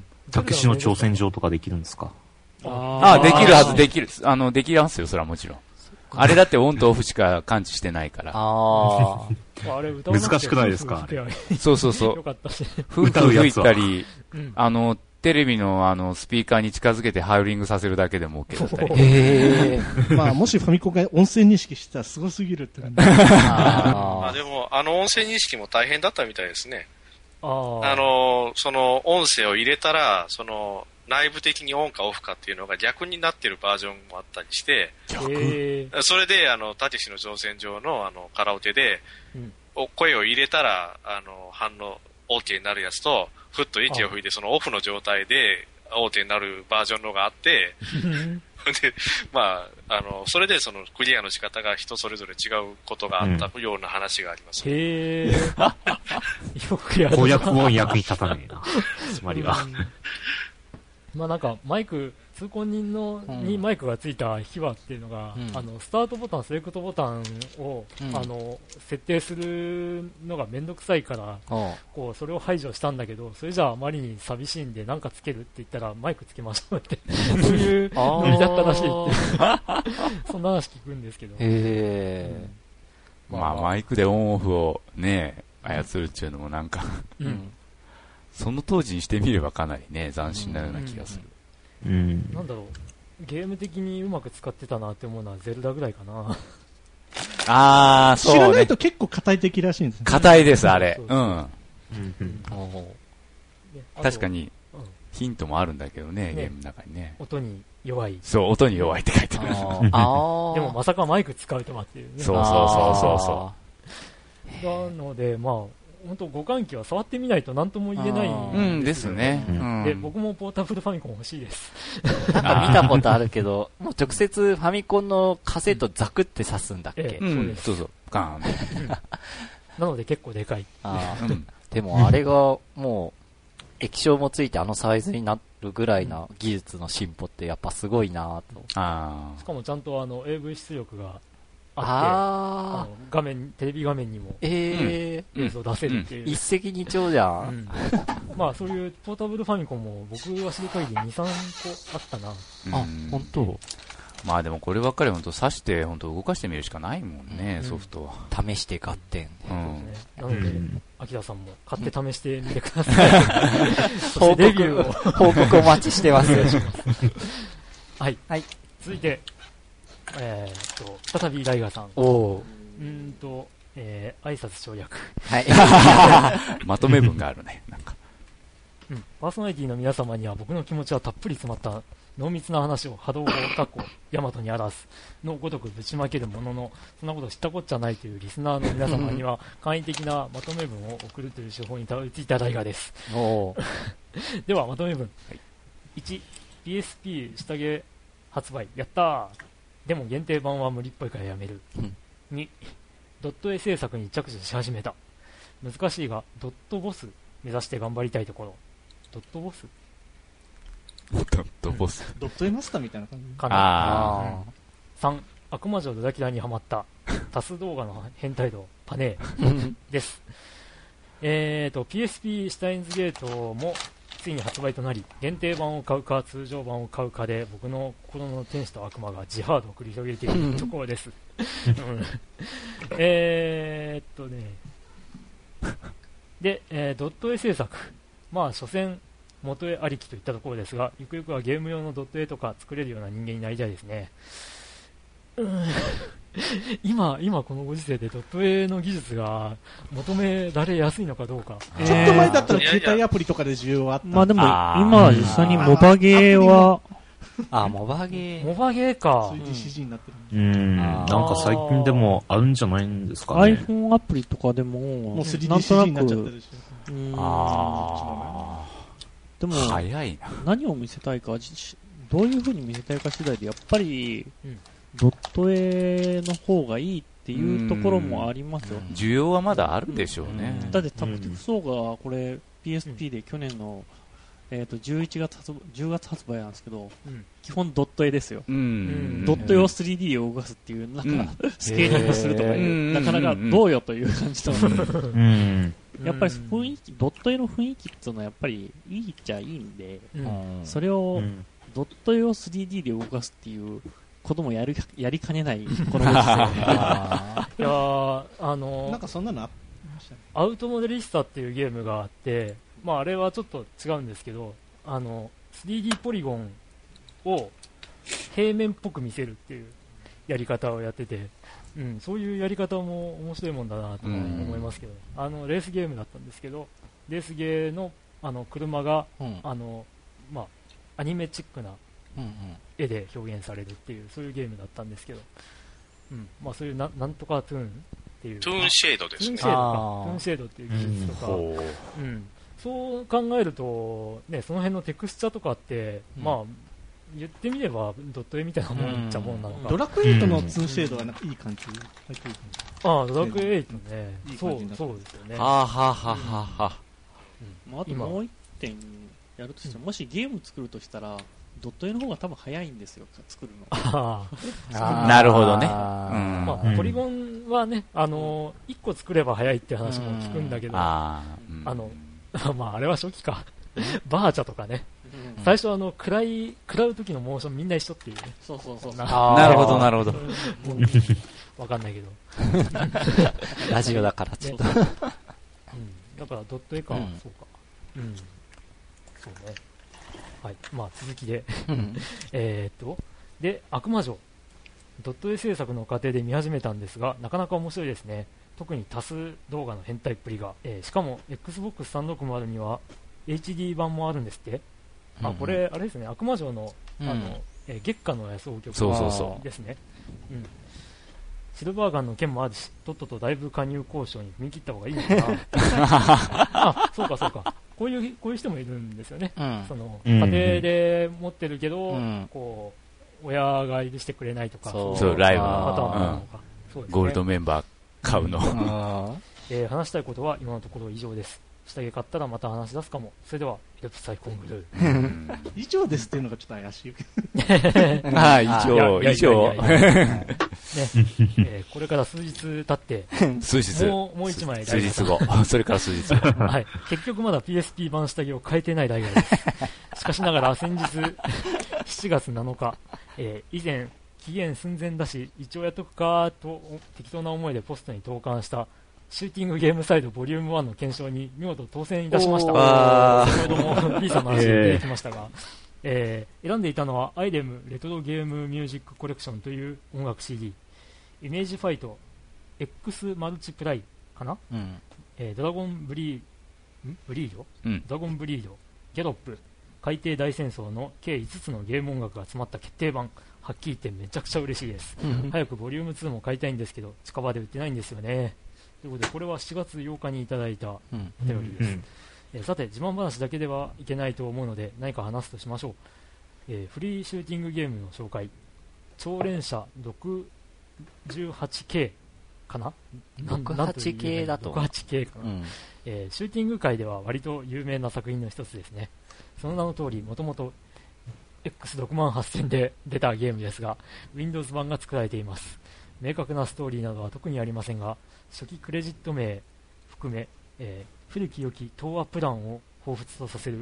たけしの挑戦状とかできるんですか？ ああ、できるはず、できる。あの、できますよ、それはもちろん。あれだってオンとオフしか感知してないから。 ああ。難しくないですか？ そうそうそう。ふんふん吹いたり、あの、テレビのあの、スピーカーに近づけてハウリングさせるだけでも OK だったり。 へー。まあ、もしファミコンが音声認識したらすごすぎるって感じ。 ああ、でも、あの音声認識も大変だったみたいですね。ああの、その音声を入れたら、その、内部的にオンかオフかっていうのが逆になってるバージョンもあったりして、 逆それで、あの、たけしの乗船上の、あの、カラオケで、うん、声を入れたら、あの、反応、OK になるやつと、ふっと息を吹いて、そのオフの状態で、OK になるバージョンのがあって、で、まあ、あの、それでそのクリアの仕方が人それぞれ違うことがあったような話があります、 ね。うん、へー。よくやる。 攻略も役に立たねえな。つまりは。 まあなんかマイク通行人の、うん、にマイクがついた秘話っていうのが、うん、あのスタートボタンセレクトボタンを、うん、あの設定するのがめんどくさいから、こうそれを排除したんだけど、それじゃああまりに寂しいんでなんかつけるって言ったらマイクつけましょうってそういうノリだったらしいってそんな話聞くんですけど。 へー、まあ、まあマイクでオンオフをね操るっていうのもなんか、うんその当時にしてみればかなりね斬新なような気がする、 うんうん、なんだろうゲーム的にうまく使ってたなって思うのはゼルダぐらいかなああそうね知らないと結構硬い敵らしいんですね硬いですあれうん、うんうん確かにヒントもあるんだけど ね, ねゲームの中にね音に弱いそう音に弱いって書いてあるあでもまさかマイク使うとはっていうねそうそうそうそうそうなのでまあ本当互換機は触ってみないと何とも言えないんですよね、うん、 で僕もポータブルファミコン欲しいですなんか見たことあるけどもう直接ファミコンのカセットザクって刺すんだっけ、 うん、そうです、そうそうガーン、 うん、なので結構でかいあ、うん、でもあれがもう液晶もついてあのサイズになるぐらいな技術の進歩ってやっぱすごいなとあしかもちゃんとあの エーブイ 出力があってああの画面テレビ画面にも映像出せるっていう、 うん、一石二鳥じゃん、うん、 まあそういうポータブルファミコンも僕は知る限り にさんこあったな、 あ本当まあでもこればっかり本当挿して本当動かしてみるしかないもんね、うん、ソフトは試して買って、 うんね、なので、うん、秋田さんも買って試してみてください、そしてレビューを報告お待ちしてますはい、はい、続いてえー、っと再びライガーさんおうんと、えー、挨拶省略はいまとめ文があるねなんか、 うん、パーソナリティの皆様には僕の気持ちはたっぷり詰まった濃密な話を波動砲かっこヤマトにあらすのごとくぶちまけるもののそんなこと知ったこっちゃないというリスナーの皆様には簡易的なまとめ文を送るという手法にたどり着いたライガーですおではまとめ文、はい、いち ピーエスピー 下着発売やったーでも限定版は無理っぽいからやめる、うん、にドット絵制作に着手し始めた難しいがドットボス目指して頑張りたいところドットボスドットボス、 うん、ドット絵マスターみたいな感じかなあ、うん、さん悪魔女ドラキュラにハマった多数動画の変態度パネーですえーと ピーエスピー シュタインズゲートもついに発売となり、限定版を買うか通常版を買うかで僕の心の天使と悪魔がジハードを繰り広げているところです、うん、えーっとねで、えー、ドット絵制作、まあ所詮元絵ありきといったところですが、ゆくゆくはゲーム用のドット絵とか作れるような人間になりたいですね。うん今、今このご時世でドット絵の技術が求められやすいのかどうか。 ちょっと前だったら携帯アプリとかで需要はあった。 まあでも今は実際にモバゲーは、 あ、モバゲー。 モバゲーか。 スリーディーシージー になってる。 うん。なんか最近でもあるんじゃないんですかね。 iPhone アプリとかでも、 もう スリーディーシージー になっちゃってるし。 あでも、 早いな。 何を見せたいか、どういう風に見せたいか次第で、やっぱり、うんドット絵の方がいいっていうところもありますよ。 需要はまだあるでしょうね。 うん、だってタクティクスオーガこれ ピーエスピー で去年の、えー、とじゅういちがつ発じゅうがつ発売なんですけど、うん、基本ドット絵ですよ。うん、ドット絵を スリーディー を動かすっていうなんか、うん、スケーリングするとかいう、なかなかどうよという感じと、うん、やっぱり雰囲気ドット絵の雰囲気っていうのはやっぱりいいっちゃいいんで、うん、それを、うん、ドット絵を スリーディー で動かすっていうこともやるやりかねないこのご時世。いやあのなんかそんなのありましたね。 アウトモデリスタっていうゲームがあって、まああれはちょっと違うんですけど、あの スリーディー ポリゴンを平面っぽく見せるっていうやり方をやってて、うん、そういうやり方も面白いもんだなと思いますけど、あのレースゲームだったんですけど、レースゲーのあの車が、うん、あのまあアニメチックな絵で表現されるっていうそういうゲームだったんですけど、うん、まあそういうななんとかトゥーンっていうトゥーンシェードですね。 トゥーンシェードか、トゥーンシェードっていう技術とか、うん、うん、そう考えるとね、その辺のテクスチャとかって、うん、まあ言ってみればドット絵みたいなもんっちゃもんなのか。 ドラクエイトのツーンシェードはなんかいい感じ。 ああ、ドラクエイトね、そうそうですよね。 はあはあはあはあ。 うん、あともう一点やるとしても、もしゲーム作るとしたら。ドット絵の方が多分早いんですよ、作るの。 ああなるほどね。 まあ、ポリゴンはね、あのー、いっこ作れば早いって話も聞くんだけど、あ, あの、まあ、あれは初期か。バーチャとかね。最初あの、暗い、暗う時のモーションみんな一緒っていうね。 そうそうそう。 なるほど、なるほど。 わかんないけど。 ラジオだからちょっと。 うん。だからドット絵か、そうか。うん。そうね。はい、まあ続きでえっとで悪魔城ドット絵制作の過程で見始めたんですが、なかなか面白いですね。特に多数動画の変態っぷりが、えー、しかも エックスボックスさんびゃくろくじゅう には エイチディー 版もあるんですって。うん、あこれあれですね、悪魔城の、あの、うん、えー、月下の野草曲ですね。うん、シルバーガンの件もあるし、とっととだいぶ加入交渉に踏み切った方がいいのかな。あ、そうかそうか。こういうこういう人もいるんですよね。うん、その家庭で持ってるけど、うん、こう親が許してくれないとか、 そうそうライブのパターンなのか、そうですね、 ゴールドメンバー買うの。 えー、話したいことは今のところ以上です。下着買ったらまた話し出すかも。それではイルプサイコングルー。 以上ですっていうのがちょっと怪しい。 ああ、以上、以上。 これから数日経って、 数日もう、もう一枚数日後。それから数日後。 はい。結局まだ ピーエスピー 版下着を変えてない大学です。しかしながら先日、しちがつなのか、えー、以前、期限寸前だし、一応やっとくかと適当な思いでポストに投函した、シューティングゲームサイドボリュームワンの検証に見事当選いたしました。先ほども B さんの話で出てきましたが、えー、選んでいたのはアイレムレトロゲームミュージックコレクションという音楽 シーディー、イメージファイト X マルチプライかな、うん、えー、ドラゴンブリーブリード、うん、ドラゴンブリード、ギャロップ、海底大戦争の計いつつのゲーム音楽が詰まった決定版、はっきり言ってめちゃくちゃ嬉しいです。早くボリュームツーも買いたいんですけど近場で売ってないんですよね。ということでこれはしちがつようかにいただいたお便りです。うんうんえー、さて自慢話だけではいけないと思うので何か話すとしましょう。えー、フリーシューティングゲームの紹介、超連射 ろくじゅうはちケー かな、 ろくじゅうはちケー だとろくじゅうはちケー かな、うんえー、シューティング界では割と有名な作品の一つですね。その名の通りもともと エックスろくまんはっせん で出たゲームですが Windows 版が作られています。明確なストーリーなどは特にありませんが初期クレジット名含め、えー、古き良き東亜プランを彷彿とさせる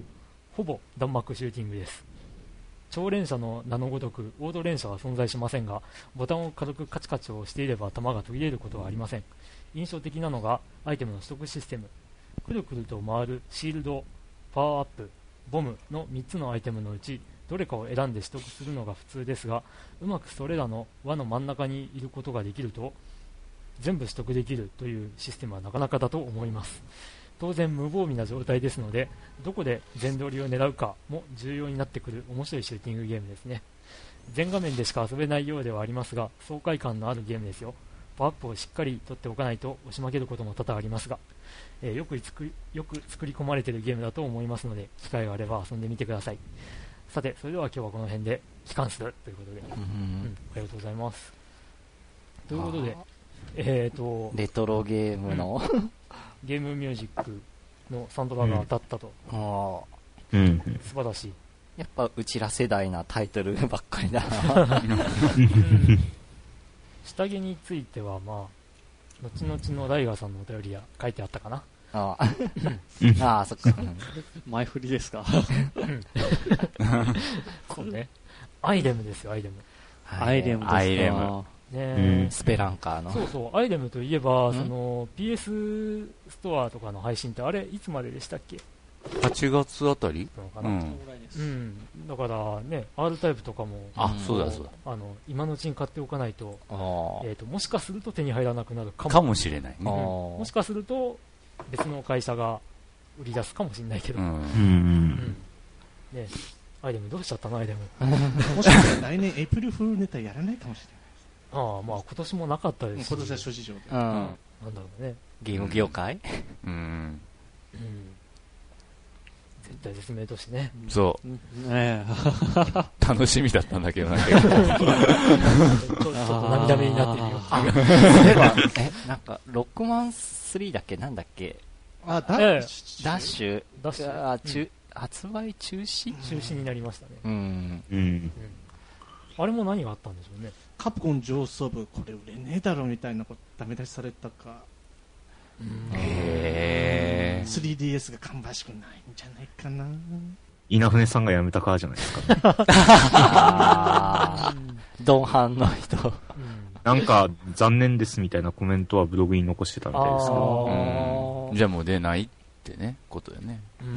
ほぼ弾幕シューティングです。超連射の名のごとくオート連射は存在しませんが、ボタンを軽くカチカチをしていれば弾が途切れることはありません。印象的なのがアイテムの取得システム。くるくると回るシールド、パワーアップ、ボムのみっつのアイテムのうちどれかを選んで取得するのが普通ですが、うまくそれらの輪の真ん中にいることができると全部取得できるというシステムはなかなかだと思います。当然無防備な状態ですので、どこで全取りを狙うかも重要になってくる面白いシューティングゲームですね。全画面でしか遊べないようではありますが、爽快感のあるゲームですよ。パワーアップをしっかり取っておかないと押し負けることも多々ありますが、えー、よく作り、よく作り込まれているゲームだと思いますので、機会があれば遊んでみてください。さて、それでは今日はこの辺で帰還するということで、うん、うん、ありがとうございます。ということで、えーと、 レトロゲームの、 うん、ゲームミュージックのサントラが当たったと、 うん、 あ素晴らしい。 やっぱうちら世代なタイトルばっかりだな。 うん、下着についてはまあ後々のライガーさんのお便りが書いてあったかな。 ああ、ああ、そっか。 前振りですか。 そうね。アイレムですよ、アイレム。 アイレムですか。 アイレム。 ね、 スペランカーの。 そうそう、アイレムといえば、その ピーエス ストアとかの配信ってあれいつまででしたっけ？ はちがつあたりかな、うん、うん、だからね、R タイプとかも、 あ、そうだそうだ、 あの今のうちに買っておかないと、えーと、もしかすると手に入らなくなるかも、 かもしれないね、うん、 もしかすると別の会社が売り出すかもしれないけど、うんうんうんね、アイレムどうしちゃったの、アイレム。 もしかしたら来年エイプリルフールネタやらないかもしれない。 ああ、まあ今年もなかったですし、 今年は諸事情で、 うん、なんだろうね、 ゲーム業界、 うん、うん絶対絶命としてね。 そう。 ね楽しみだったんだけどな、結構。ちょっと涙目になってるよ。 あ、そういえば、え、なんか、ロックマンスリーだっけなんだっけあ、ダッシュ。 ダッシュ。 ダッシュ。 あ、中、発売中止中止になりましたね。 うん。 うん。 あれも何があったんでしょうね。 カプコン上層部、これ売れねえだろみたいなことダメ出しされたか。 へースリーディーエス が芳しくないんじゃないかな。 稲船さんが辞めたからじゃないですか。 あドンハンの人、うん、 なんか残念ですみたいなコメントはブログに残してたみたいですけど、 うん、じゃあもう出ないってねことよね、 うんうん、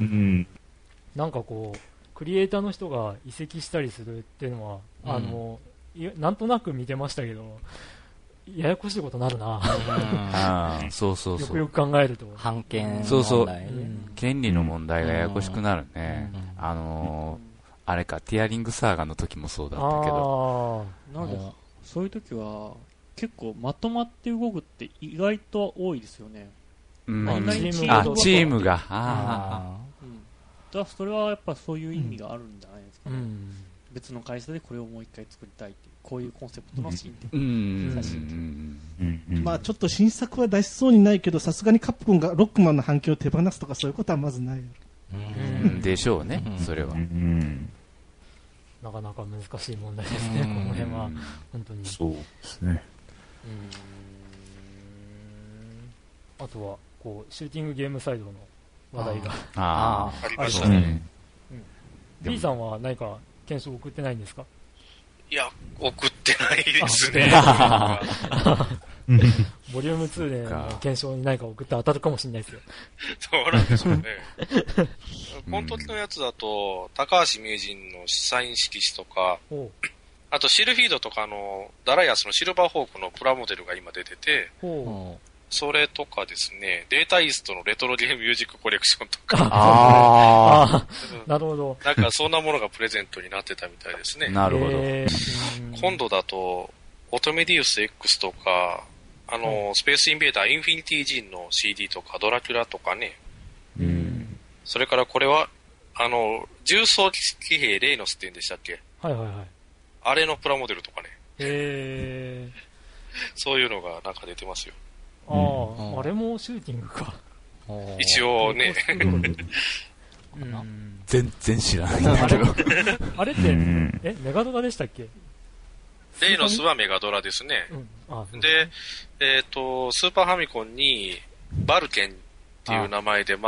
なんかこうクリエイターの人が移籍したりするっていうのは、うん、あのなんとなく見てましたけどややこしいことになるな。 あそうそうそう。 よくよく考えると。 版権問題。 そうそう。権利の問題がややこしくなるね。あのー、あれか、ティアリングサーガの時もそうだったけど。 なんで、そういう時は、結構まとまって動くって意外と多いですよね。 うん、あ、チームが。あうん、だそれはやっぱそういう意味があるんじゃないですかね。うん、別の会社でこれをもう一回作りたいっていう。こういうコンセプトのシーンって、うんうん、まあちょっと新作は出しそうにないけどさすがにカプコンがロックマンの反響を手放すとかそういうことはまずないやろ、 うん、でしょうね、うん、それは、うん、 なかなか難しい問題ですね、うん、この辺は本当にそうですね。 うん、あとはこうシューティングゲームサイドの話題がああありましたね、 うん、B さんは何か検証を送ってないんですか？ いや、送ってないですね。 ボリュームツーでの検証に何か送って当たるかもしれないですよ。 そうなんでしょうね。この時のやつだと、高橋名人のサイン色紙とか、あとシルフィードとかのダライアスのシルバーホークのプラモデルが今出てて、それとかですね、データイーストのレトロゲームミュージックコレクションとか。 ああ、なるほど。 なんかそんなものがプレゼントになってたみたいですね。 なるほど。 今度だと、オトメディウス X とか、あの、うん、スペースインベーダーインフィニティジーンの シーディー とか、ドラキュラとかね。うん。それからこれは、あの、重装騎兵レイノスって言うんでしたっけ？ はいはいはい。 あれのプラモデルとかね。 へー。 そういうのがなんか出てますよ。 ああ、うん、あれもシューティングか。 一応ね。 うん、 全然知らないんだけど。 あれって、うん、え、メガドラでしたっけ？ レイノスはメガドラですね。うん、あで、えっ、ー、と、スーパーファミコンにバルケンっていう名前で、まあ、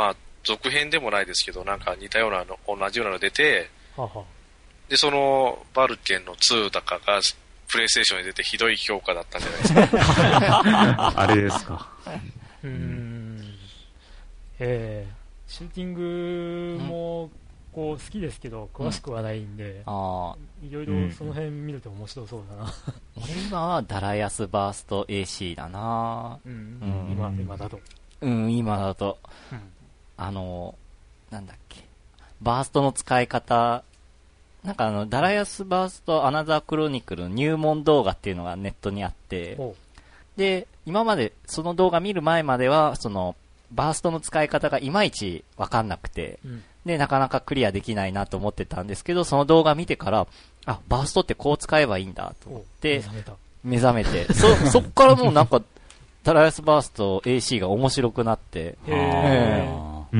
続編でもないですけど、なんか似たようなの、同じようなの出て、 ははで、その、バルケンのツーだかが、プレイステーションに出てひどい評価だったんじゃないですか。 あれですか。 うーん。えー、シューティングも、こう、好きですけど、詳しくはないんで、 あいろいろその辺見ると面白そうだな。 俺今はダラヤスバースト エーシー だな。 うん、 うん今、今だと。 うん、今だと。 うん、 あの、なんだっけ。バーストの使い方、なんかあの、ダラヤスバーストアナザークロニクルの入門動画っていうのがネットにあって、で、今までその動画見る前までは、その、バーストの使い方がいまいちわかんなくて、うん、で、なかなかクリアできないなと思ってたんですけど、その動画見てから、あ、バーストってこう使えばいいんだと思って、目覚めて、そ、そっからもうなんか、ダラヤスバースト エーシー が面白くなって、 へー。 うん。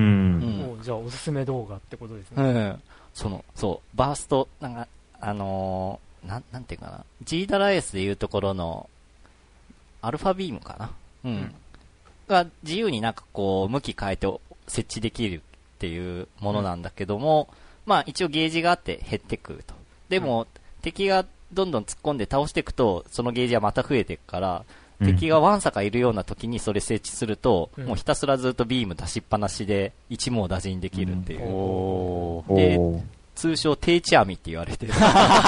じゃあおすすめ動画ってことですね。 うん。その、そう、バースト、なんか、あのー、なん、なんていうかな。G ダラ S でいうところの、アルファビームかな。うん。うん、が自由になんかこう、向き変えて設置できるっていうものなんだけども、うん、まあ一応ゲージがあって減ってくると。でも、うん、敵がどんどん突っ込んで倒していくと、そのゲージはまた増えていくから、敵がワンサかいるような時にそれ設置すると、うん、もうひたすらずっとビーム出しっぱなしで一網打尽できるっていう。うん、で、通称定置網って言われてる。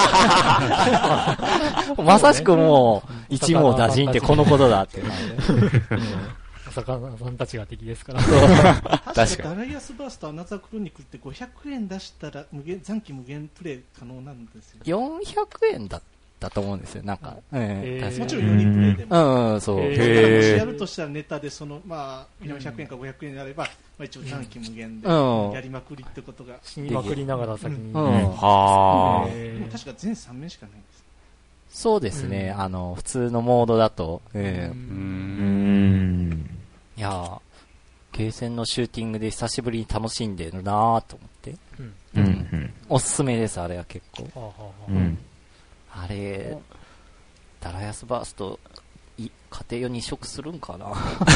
まさしくもう一網打尽ってこのことだっていう、ね。 お魚さんたちが敵ですから。 確かに。ダライアスバーストアナザークロニクルってごひゃくえん出したら無限残機無限プレイ可能なんですよ。 よんひゃくえんだった。だと思うんですよ、なんか。 えー、もちろんよにプレイでも。 うん、うん、そう。 えー、もしやるとしたらネタで、その、まあ、よんひゃくえんかごひゃくえんであれば、まあ一応残機無限でやりまくりってことが。 死にまくりながら先に。 うん。はあ。でも確か全さん面しかないんです。 そうですね、あの、普通のモードだと。ええ。うん。いやー、ゲーセンのシューティングで久しぶりに楽しんでるなーと思って。うん。おすすめです、あれは結構。うん。あれ、ダラヤスバースト、い家庭用に移植するんかな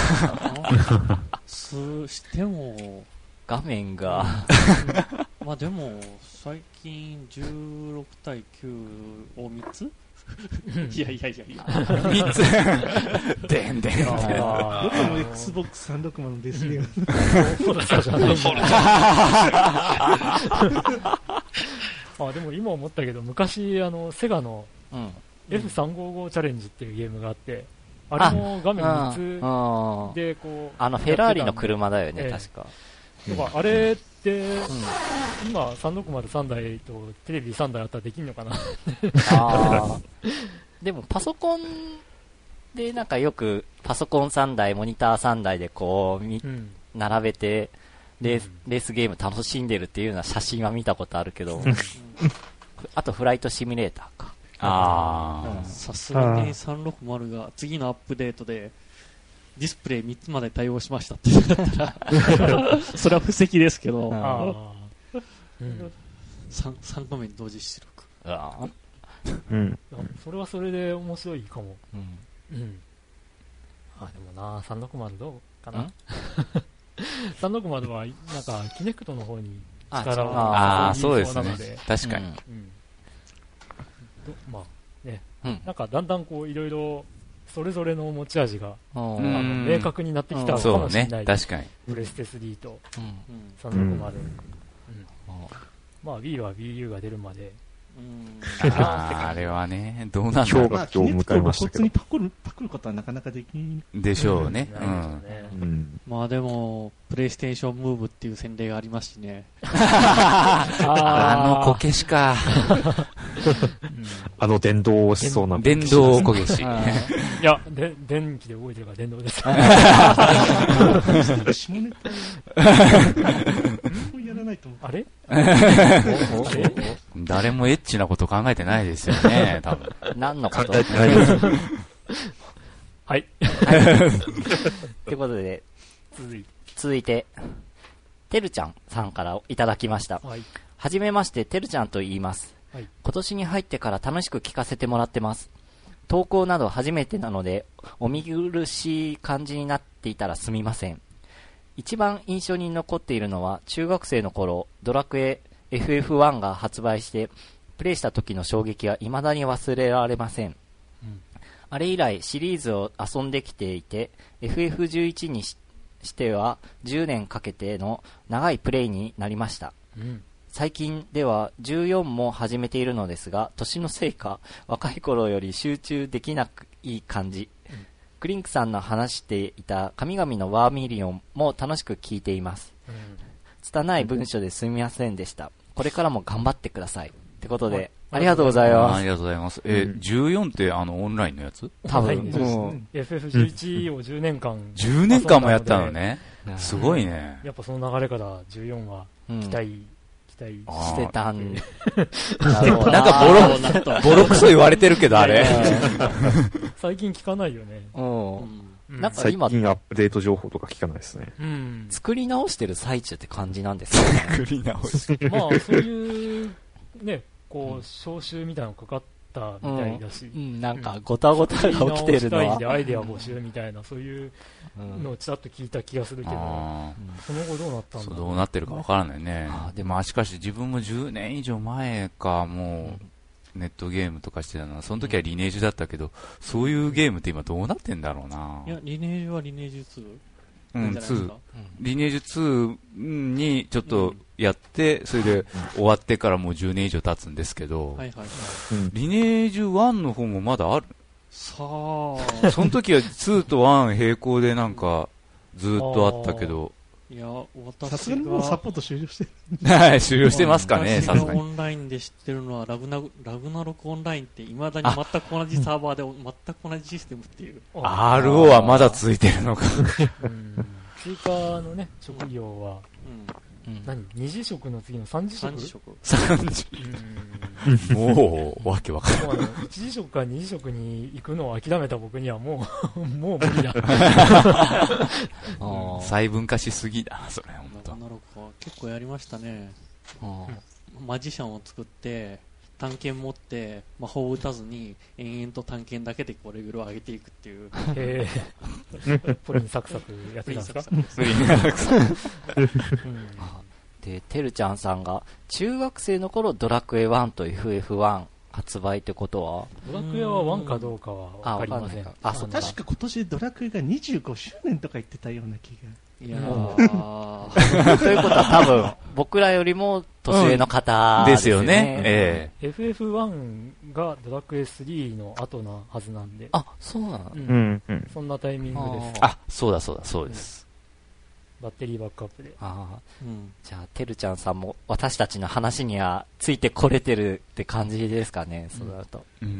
すしても、 画面が。 まあでも、最近じゅうろくたいきゅうをみっついやいやいやいや。 みっつでんでん。 僕の エックスボックスさんろくまる のですね。 フォルツァじゃないあ、でも今思ったけど、昔、あの、セガの エフさんごご チャレンジっていうゲームがあって、あれも画面みっつで、こう、 あの、フェラーリの車だよね、確か。 あれって、今、さんろくまるさんだいとテレビさんだいあったらできるのかなあでも、パソコンで、なんかよく、パソコンさんだい、モニターさんだいでこう、並べて、レース、レースゲーム楽しんでるっていうような写真は見たことあるけど、あとフライトシミュレーターか。 ああ。さすがにさんろくまるが次のアップデートでディスプレイみっつまで対応しましたって言ったら、それは布石ですけど、うん、3, 3画面同時出力。あうん。それはそれで面白いかも。うん。うん。あ、でもな、さんろくまるどうかな。さんろくまるは、なんか、キネクトの方に力をああ、そうですね。確かに。うんまあね、うん、なんかだんだんこういろいろそれぞれの持ち味があの明確になってきたのかもしれないです。 確かに。 プレステスリーとさんろくまる。まあ Wii は WiiU が出るまで。 あ, あれはね、どうなんだろう。 今日を迎えましたけど。にパクる、パクることはなかなかできん。 でしょうね。 うん。まあでも、プレイステーションムーブっていう洗礼がありますしね。 あのこけしか。 あの電動をしそうな。 電動こけし。いや、で、電気で動いてるから電動です。 下ネタ。やらないと思う。 あれ誰もエッチなこと考えてないですよね、多分。 何のことはい。 ということで、続いて、てるちゃんさんからいただきました。はい。はじめまして、てるちゃんと言います。はい。今年に入ってから楽しく聞かせてもらってます。投稿など初めてなので、お見苦しい感じになっていたらすみません。 一番印象に残っているのは、中学生の頃、ドラクエ エフエフワン が発売して、プレイした時の衝撃は未だに忘れられません。うん、あれ以来、シリーズを遊んできていて、エフエフじゅういち に し, してはじゅうねんかけての長いプレイになりました。うん、最近ではじゅうよんも始めているのですが、年のせいか、若い頃より集中できない感じ。うんクリンクさんの話していた神々のワーミリオンも楽しく聞いています。うん、拙い文章ですみませんでした。これからも頑張ってください。ってことで、ありがとうございます。 ありがとうございます。え、うん、じゅうよんってあのオンラインのやつ？ 多分、うん、エフエフじゅういち をじゅうねんかん。 じゅうねんかんもやったのね。すごいね。 やっぱその流れからじゅうよんは期待、うん期待してたんなんかボロ、ボロクソ言われてるけど、あれ。 最近聞かないよね。 うん。なんか今、最近アップデート情報とか聞かないですね。 うん。作り直してる最中って感じなんですかね。 作り直し。 まあ、そういう、ね、こう、招集みたいなのかかったみたいだし。 うん、なんか、ごたごたが起きてるのは。 でアイデア募集みたいな、そういうのをちらっと聞いた気がするけど、その後どうなったんだろう。 どうなってるかわからないね。でも、しかし自分もじゅうねん以上前か、もう、ネットゲームとかしてたのは、その時はリネージュだったけど、そういうゲームって今どうなってんだろうな。 いや、リネージュはリネージュツー。 うん、ツー。リネージュツーにちょっとやって、それで終わってからもうじゅうねん以上経つんですけど、リネージュワンの方もまだある。 さあ。 その時はツーとワン並行でなんかずっとあったけど、 いや、私がさすがにもうサポート終了してる。はい、終了してますかね、さすがに。 オンラインで知ってるのはラグナ、ラグナロクオンラインって未だに全く同じサーバーで全く同じシステムっていう。 アールオー はまだ続いてるのか。 うん、追加のね、職業は、うん、何二次職の次の三次職三次職三次うんもう、わけわかんない。 一次職から二次職に行くのを諦めた僕にはもう、もう無理だ。 細分化しすぎだ、それ、ほんと。 なるほど。結構やりましたね。マジシャンを作って、探検持って、魔法を打たずに、延々と探検だけでこうレベルを上げていくっていう。 へー。プリンサクサクやってたんですか？ プリンサクサク。 で、てるちゃんさんが、中学生の頃ドラクエワンと エフエフワン 発売ってことはドラクエはワンかどうかはわかりません。 あ、そう確か今年ドラクエがにじゅうごしゅうねんとか言ってたような気が。 いやー。 ということは多分、僕らよりも年上の方ですよね。 うん、ですよね。ええ。エフエフワン がドラクエスリーの後なはずなんで。 あ、そうなの、 うん、うん。そんなタイミングです。 あ、そうだそうだ、そうです。うんバッテリーバックアップで。 ああ、うん。じゃあ、てるちゃんさんも私たちの話にはついてこれてるって感じですかね、そうだと。うん。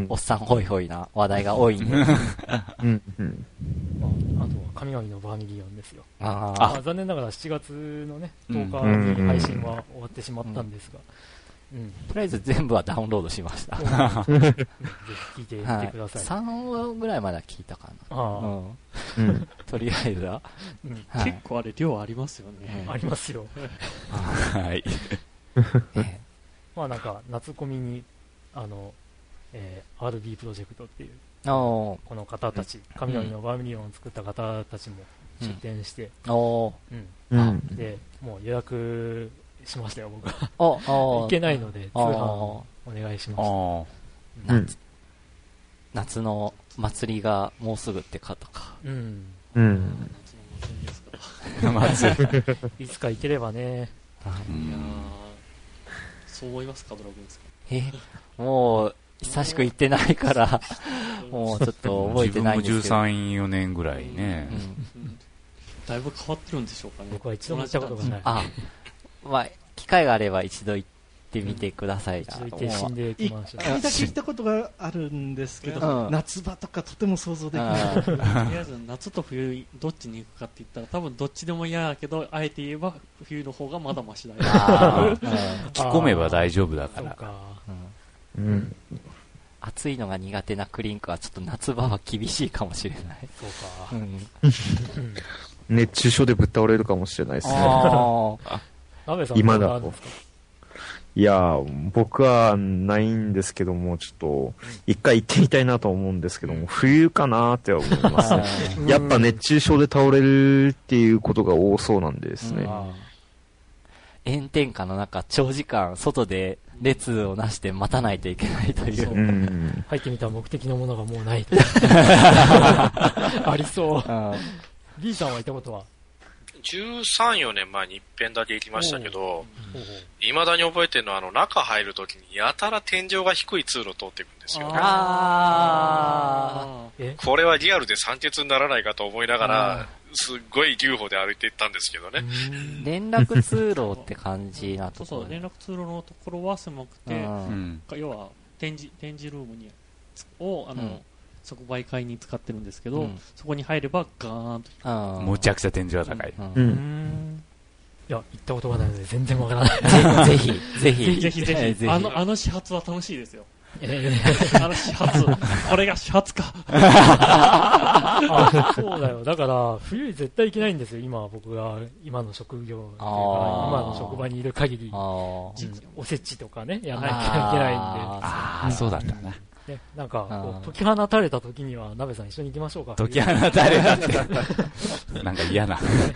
おっさんホイホイな話題が多いんで。うん。 うん。まあ、あとは神々のバーミリオンですよ。ああ。残念ながらしちがつのね、とおかに配信は終わってしまったんですが。 うん、とりあえず全部はダウンロードしました。ぜひ聞いてみてください。はい、 さんわぐらいまでは聞いたかな。あうん、 とりあえずは、 うんはい、結構あれ量ありますよね。 ありますよ。 はい。 まあなんか夏コミにあの、えー、アールビー プロジェクトっていうこの方たち、神々のバーミリオンを作った方たちも出展して、うんうん、でもう予約しましたよ、僕は。行けないので、通販お願いしました。 夏、夏の祭りがもうすぐって方か。 うん。 うん。 夏の祭りですか。いつか行ければね。 いやそう思いますか、ドラゴンですか。 え、もう、久しく行ってないから、もうちょっと覚えてないんですけど。 自分もじゅうさん、よねんぐらいね。 だいぶ変わってるんでしょうかね。 僕は一度も行ったことがない。 あまあ、機会があれば一度行ってみてください。 一度行って死んできましょう。 一回だけ行ったことがあるんですけど、夏場とかとても想像できない。 とりあえず夏と冬どっちに行くかって言ったら多分どっちでも嫌だけど、あえて言えば冬の方がまだマシだよ。 着込めば大丈夫だから。 うん、暑いのが苦手なクリンクはちょっと夏場は厳しいかもしれない。 そうか。うん、 熱中症でぶっ倒れるかもしれないですね。 鍋さん今だと。 いや、僕はないんですけども、ちょっと、一回行ってみたいなと思うんですけども、冬かなって思いますね。やっぱ熱中症で倒れるっていうことが多そうなんでですね。 炎天下の中、長時間、外で列をなして待たないといけないという。うん、 入ってみた目的のものがもうない。ありそう。B さんは行ったことはじゅうさん、よねんまえに一遍だけ行きましたけど、いまだに覚えてるのは、あの、中入るときにやたら天井が低い通路を通っていくんですよね。あこれはリアルで酸欠にならないかと思いながら、すっごい留保で歩いていったんですけどね。 連絡通路って感じなところ。 そうそう、連絡通路のところは狭くて、要は展示、展示ルームに、を、あの、うん即売会に使ってるんですけど、うん、そこに入ればガーンとむちゃくちゃ天井が高い、うんうん、 いや行ったことがないので全然わからないぜひぜひぜひぜひあのあの始発は楽しいですよ、えー、あの始発これが始発かあそうだよだから冬に絶対行けないんですよ今僕が今の職業というか今の職場にいる限り、うん、おせちとかねやらなきゃいけないんでああそうだったなね、なんかこう解き放たれた時には鍋さん一緒に行きましょうか解き放たれたってなんか嫌な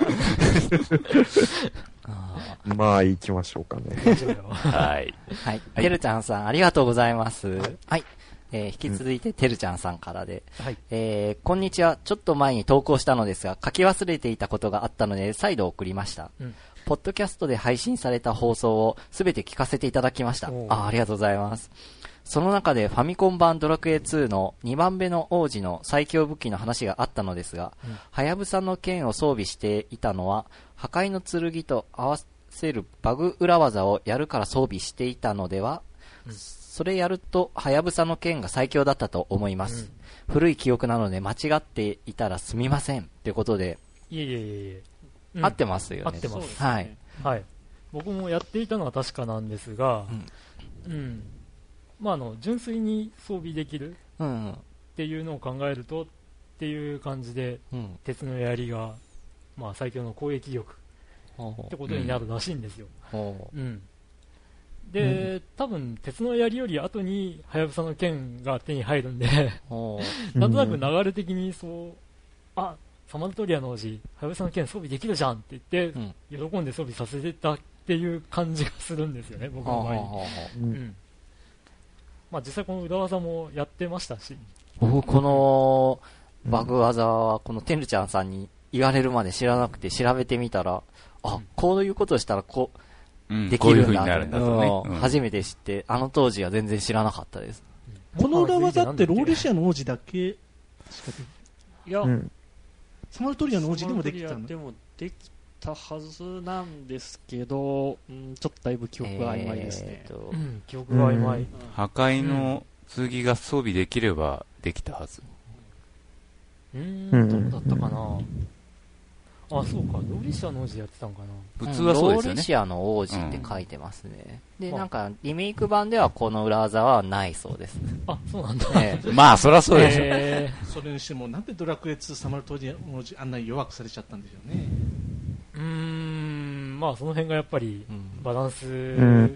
まあ行きましょうかねはい、はい、てるちゃんさんありがとうございます、はい、はいえー、引き続いててるちゃんさんからで、はいえー、こんにちはちょっと前に投稿したのですが書き忘れていたことがあったので再度送りました、うんポッドキャストで配信された放送をすべて聞かせていただきました。あ、ありがとうございます。その中でファミコン版ドラクエツーのにばんめの王子の最強武器の話があったのですが、はやぶさの剣を装備していたのは破壊の剣と合わせるバグ裏技をやるから装備していたのでは、うん、それやるとはやぶさの剣が最強だったと思います。うん、古い記憶なので間違っていたらすみません。ということで。 いえいえいえ。 うん、合ってますよね。 合ってます。 はい。 はい。僕もやっていたのは確かなんですが、うん。うん、まあ、あの、純粋に装備できるっていうのを考えると、っていう感じで、うん、鉄の槍が、まあ、最強の攻撃力ってことになるらしいんですよ。うん。うん、で、うん、多分、鉄の槍より後に、はやぶさの剣が手に入るんでなんとなく流れ的にそう、あ、サマルトリアの王子、はやぶさの剣装備できるじゃんって言って、うん、喜んで装備させてたっていう感じがするんですよね、僕の場合に。うん。まあ実際この裏技もやってましたし。 僕このバグ技はこのてるちゃんさんに言われるまで知らなくて調べてみたら、あ、こういうことしたらこう、うん、できるんだって、ねうん、初めて知って、あの当時は全然知らなかったです。 この裏技ってローレシアの王子だけしかいや、 うんサマルトリアの王子でもできたのでもできたはずなんですけど、うん、ちょっとだいぶ記憶が曖昧ですね、えーうん、記憶が曖昧、うん、 破壊の剣が装備できればできたはずうーんどうだったかなあ、そうか、ローレシアの王子やってたんかな普通はそうですよね、 ローレシアの王子って書いてますね、うん、で、なんかリメイク版ではこの裏技はないそうです。 あ、そうなんだ、 ね、まあそりゃそうでしょ、えー、それにしてもなんでドラクエツーサマルトリアの王子あんなに弱くされちゃったんでしょうね。 うーん、まあその辺がやっぱりバランス、うん、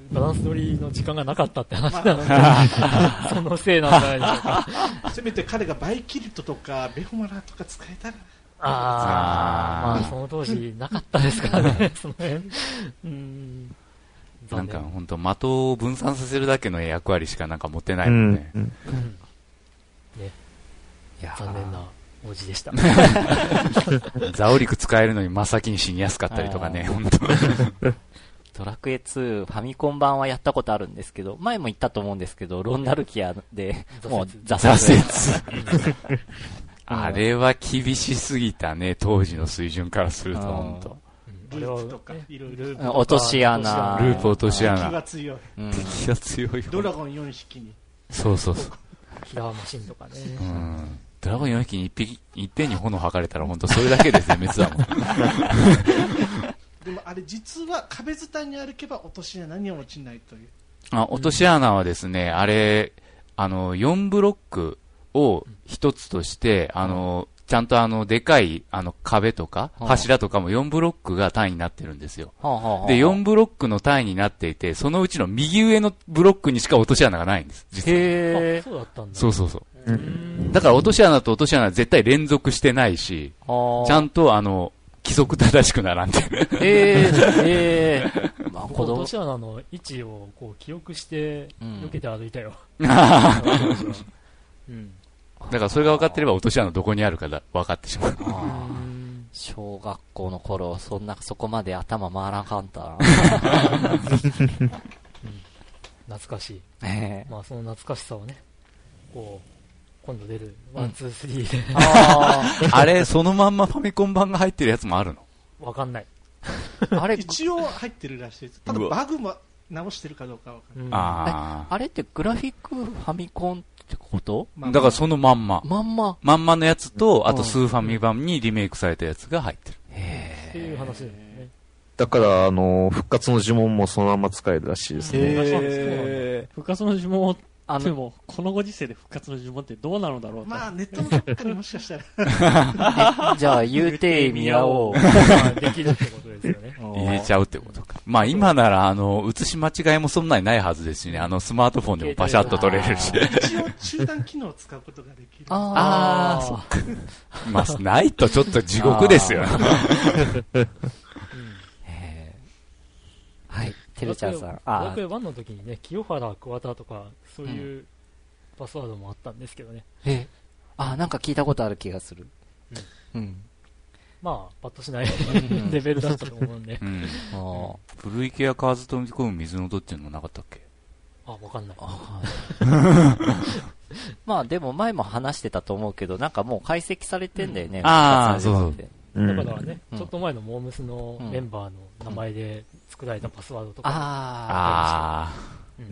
バランス取りの時間がなかったって話なので、まあ、そのせいなんじゃないでしょうかせめて彼がバイキルトとかベホマラとか使えたらああ、まあその当時なかったですからね、その辺。うん。 なんか本当的を分散させるだけの役割しかなんか持ってないもんね。うんうんうん、 ね。いや残念な王子でした。 ザオリク使えるのに真っ先に死にやすかったりとかね、本当。 ドラクエツーファミコン版はやったことあるんですけど、前も言ったと思うんですけど、ロンダルキアでもう挫折。 あれは厳しすぎたね、当時の水準からすると、本当。 ループとか、いろいろ。 落とし穴。 ループ落とし穴。 敵が強い。 敵が強い。 ドラゴンよんひきに。 そうそうそう。 キラーマシンとかね。 うん。ドラゴンよんひきに一匹、いっぺんに炎吐かれたら本当それだけで全滅だもん。 でもあれ実は壁伝いに歩けば落とし穴には落ちないという。 あ、落とし穴はですね、あれ、あの、よんブロック、を一つとして、あの、 ちゃんとあの、でかい、あの、壁とか、柱とかもよんブロックが単位になってるんですよ。はあはあ、で、よんブロックの単位になっていて、そのうちの右上のブロックにしか落とし穴がないんです。実は。 へー。そうだったんだ。 そうそうそう。うん、だから落とし穴と落とし穴は絶対連続してないし、ちゃんとあの、規則正しく並んでる。 えー、えー。まあ、落とし穴の位置をこう記憶して、避けて歩いたよ。うん。 うんだからそれが分かってれば落とし穴どこにあるかだ分かってしまう。 小学校の頃、そんな、そこまで頭回らんかんた。うん、 懐かしい。 えー、 まあその懐かしさをね、こう、今度出る、ワン、ツー、スリーで。 ああれ、そのまんまファミコン版が入ってるやつもあるの？ わかんない。 あれ、一応入ってるらしいです。ただバグも直してるかどうかわかんない。 あ, あれってグラフィックファミコンってこと？ だからそのまんま。 まんま。 まんまのやつと、あとスーファミ版にリメイクされたやつが入ってる。 へー。っていう話ですね。 だから、あの、復活の呪文もそのまま使えるらしいですね。 へー。復活の呪文を、でも、このご時世で復活の呪文ってどうなのだろうと。 まあ、ネットのどっかにもしかしたら。 じゃあ、言うてみやおう。 できるってことですよね。 入れちゃうってことか。まあ今なら、あの、写し間違いもそんなにないはずですしね。あの、スマートフォンでもパシャッと撮れるし。 一応、中断機能を使うことができる。 ああ、そっか。 まあ、ないとちょっと地獄ですよ。 はい。てるちゃんさん。 ドラクエワンの時にね、清原桑田とか、そういうパスワードもあったんですけどね。 えあ、なんか聞いたことある気がする。 うん。うん、まあ、パッとしないレベルだったと思うんで。うん、 あ古池や河津と飛び込む水の音っていうのもなかったっけ？ あ、わかんない。 まあ、でも前も話してたと思うけど、なんかもう解析されてんだよね。 うん、ああ、そうそう。 だからね、うん、ちょっと前のモームスのメンバーの名前で作られたパスワードとか、うん、ああ、うん、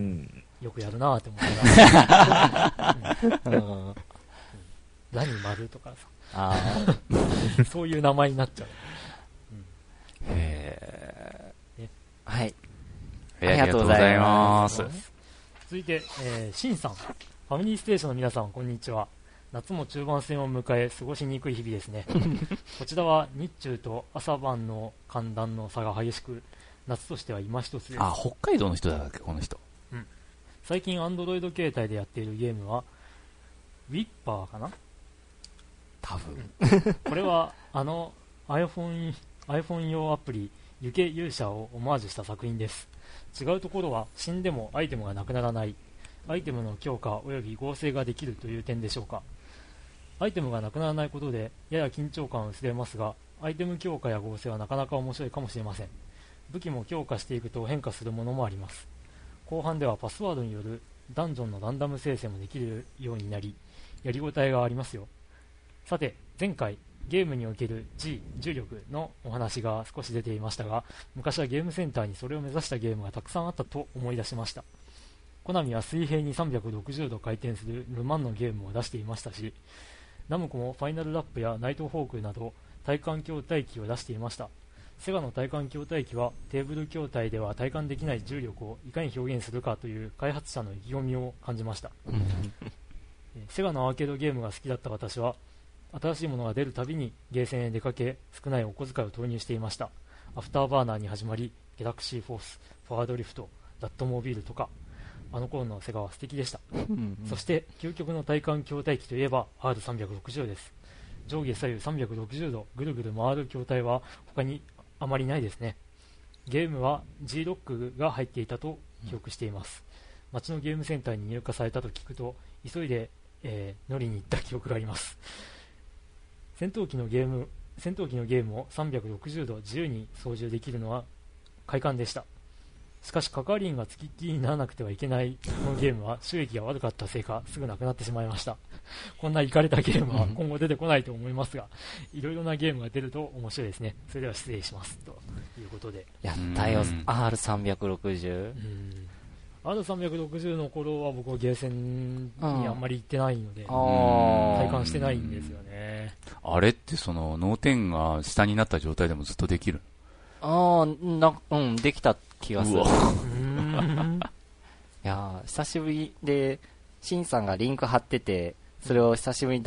よくやるなーって思いながら、うんうん、何丸とかさ、あそういう名前になっちゃう。 うん、へー、ね、はい、 ありがとうございます。 続いて、えー、シンさん、ファミリーステーションの皆さん、こんにちは。夏も中盤戦を迎え過ごしにくい日々ですね。こちらは日中と朝晩の寒暖の差が激しく、夏としては今一つです。 あ、北海道の人だっけこの人。 うん。最近 Android 携帯でやっているゲームはウィッパーかな、 多分、 うん、これはあの iPhone, iPhone 用アプリ湯気勇者をオマージュした作品です。違うところは死んでもアイテムがなくならない、アイテムの強化および合成ができるという点でしょうか。アイテムがなくならないことでやや緊張感は薄れますが、アイテム強化や合成はなかなか面白いかもしれません。武器も強化していくと変化するものもあります。後半ではパスワードによるダンジョンのランダム生成もできるようになり、やりごたえがありますよ。さて、前回ゲームにおける G、重力のお話が少し出ていましたが、昔はゲームセンターにそれを目指したゲームがたくさんあったと思い出しました。コナミは水平にさんびゃくろくじゅうど回転するルマンのゲームを出していましたし、ナムコもファイナルラップやナイトホークなど体感筐体機を出していました。セガの体感筐体機はテーブル筐体では体感できない重力をいかに表現するかという開発者の意気込みを感じました。セガのアーケードゲームが好きだった私は、新しいものが出るたびにゲーセンへ出かけ、少ないお小遣いを投入していました。アフターバーナーに始まり、ギャラクシーフォース、フォワードリフト、ダットモービルとか、あの頃のセガは素敵でした。そして究極の体感筐体機といえば アールさんびゃくろくじゅう です。上下左右さんびゃくろくじゅうどぐるぐる回る筐体は他にあまりないですね。ゲームは G ロックが入っていたと記憶しています。街のゲームセンターに入荷されたと聞くと急いで、えー、乗りに行った記憶があります。戦闘機のゲーム戦闘機のゲームをさんびゃくろくじゅうど自由に操縦できるのは快感でした。しかし係員がつきっきりにならなくてはいけないこのゲームは収益が悪かったせいかすぐなくなってしまいました。こんなイカれたゲームは今後出てこないと思いますが、いろいろなゲームが出ると面白いですね。それでは失礼しますということで、 やったよ アールさんびゃくろくじゅう。 うん、アールさんびゃくろくじゅう の頃は僕はゲーセンにあんまり行ってないので、体感してないんですよね。 あれってその脳天が下になった状態でもずっとできる？ ああ、な、うん、できた気がする。ういや久しぶりで、シンさんがリンク貼ってて、それを久しぶりに動画、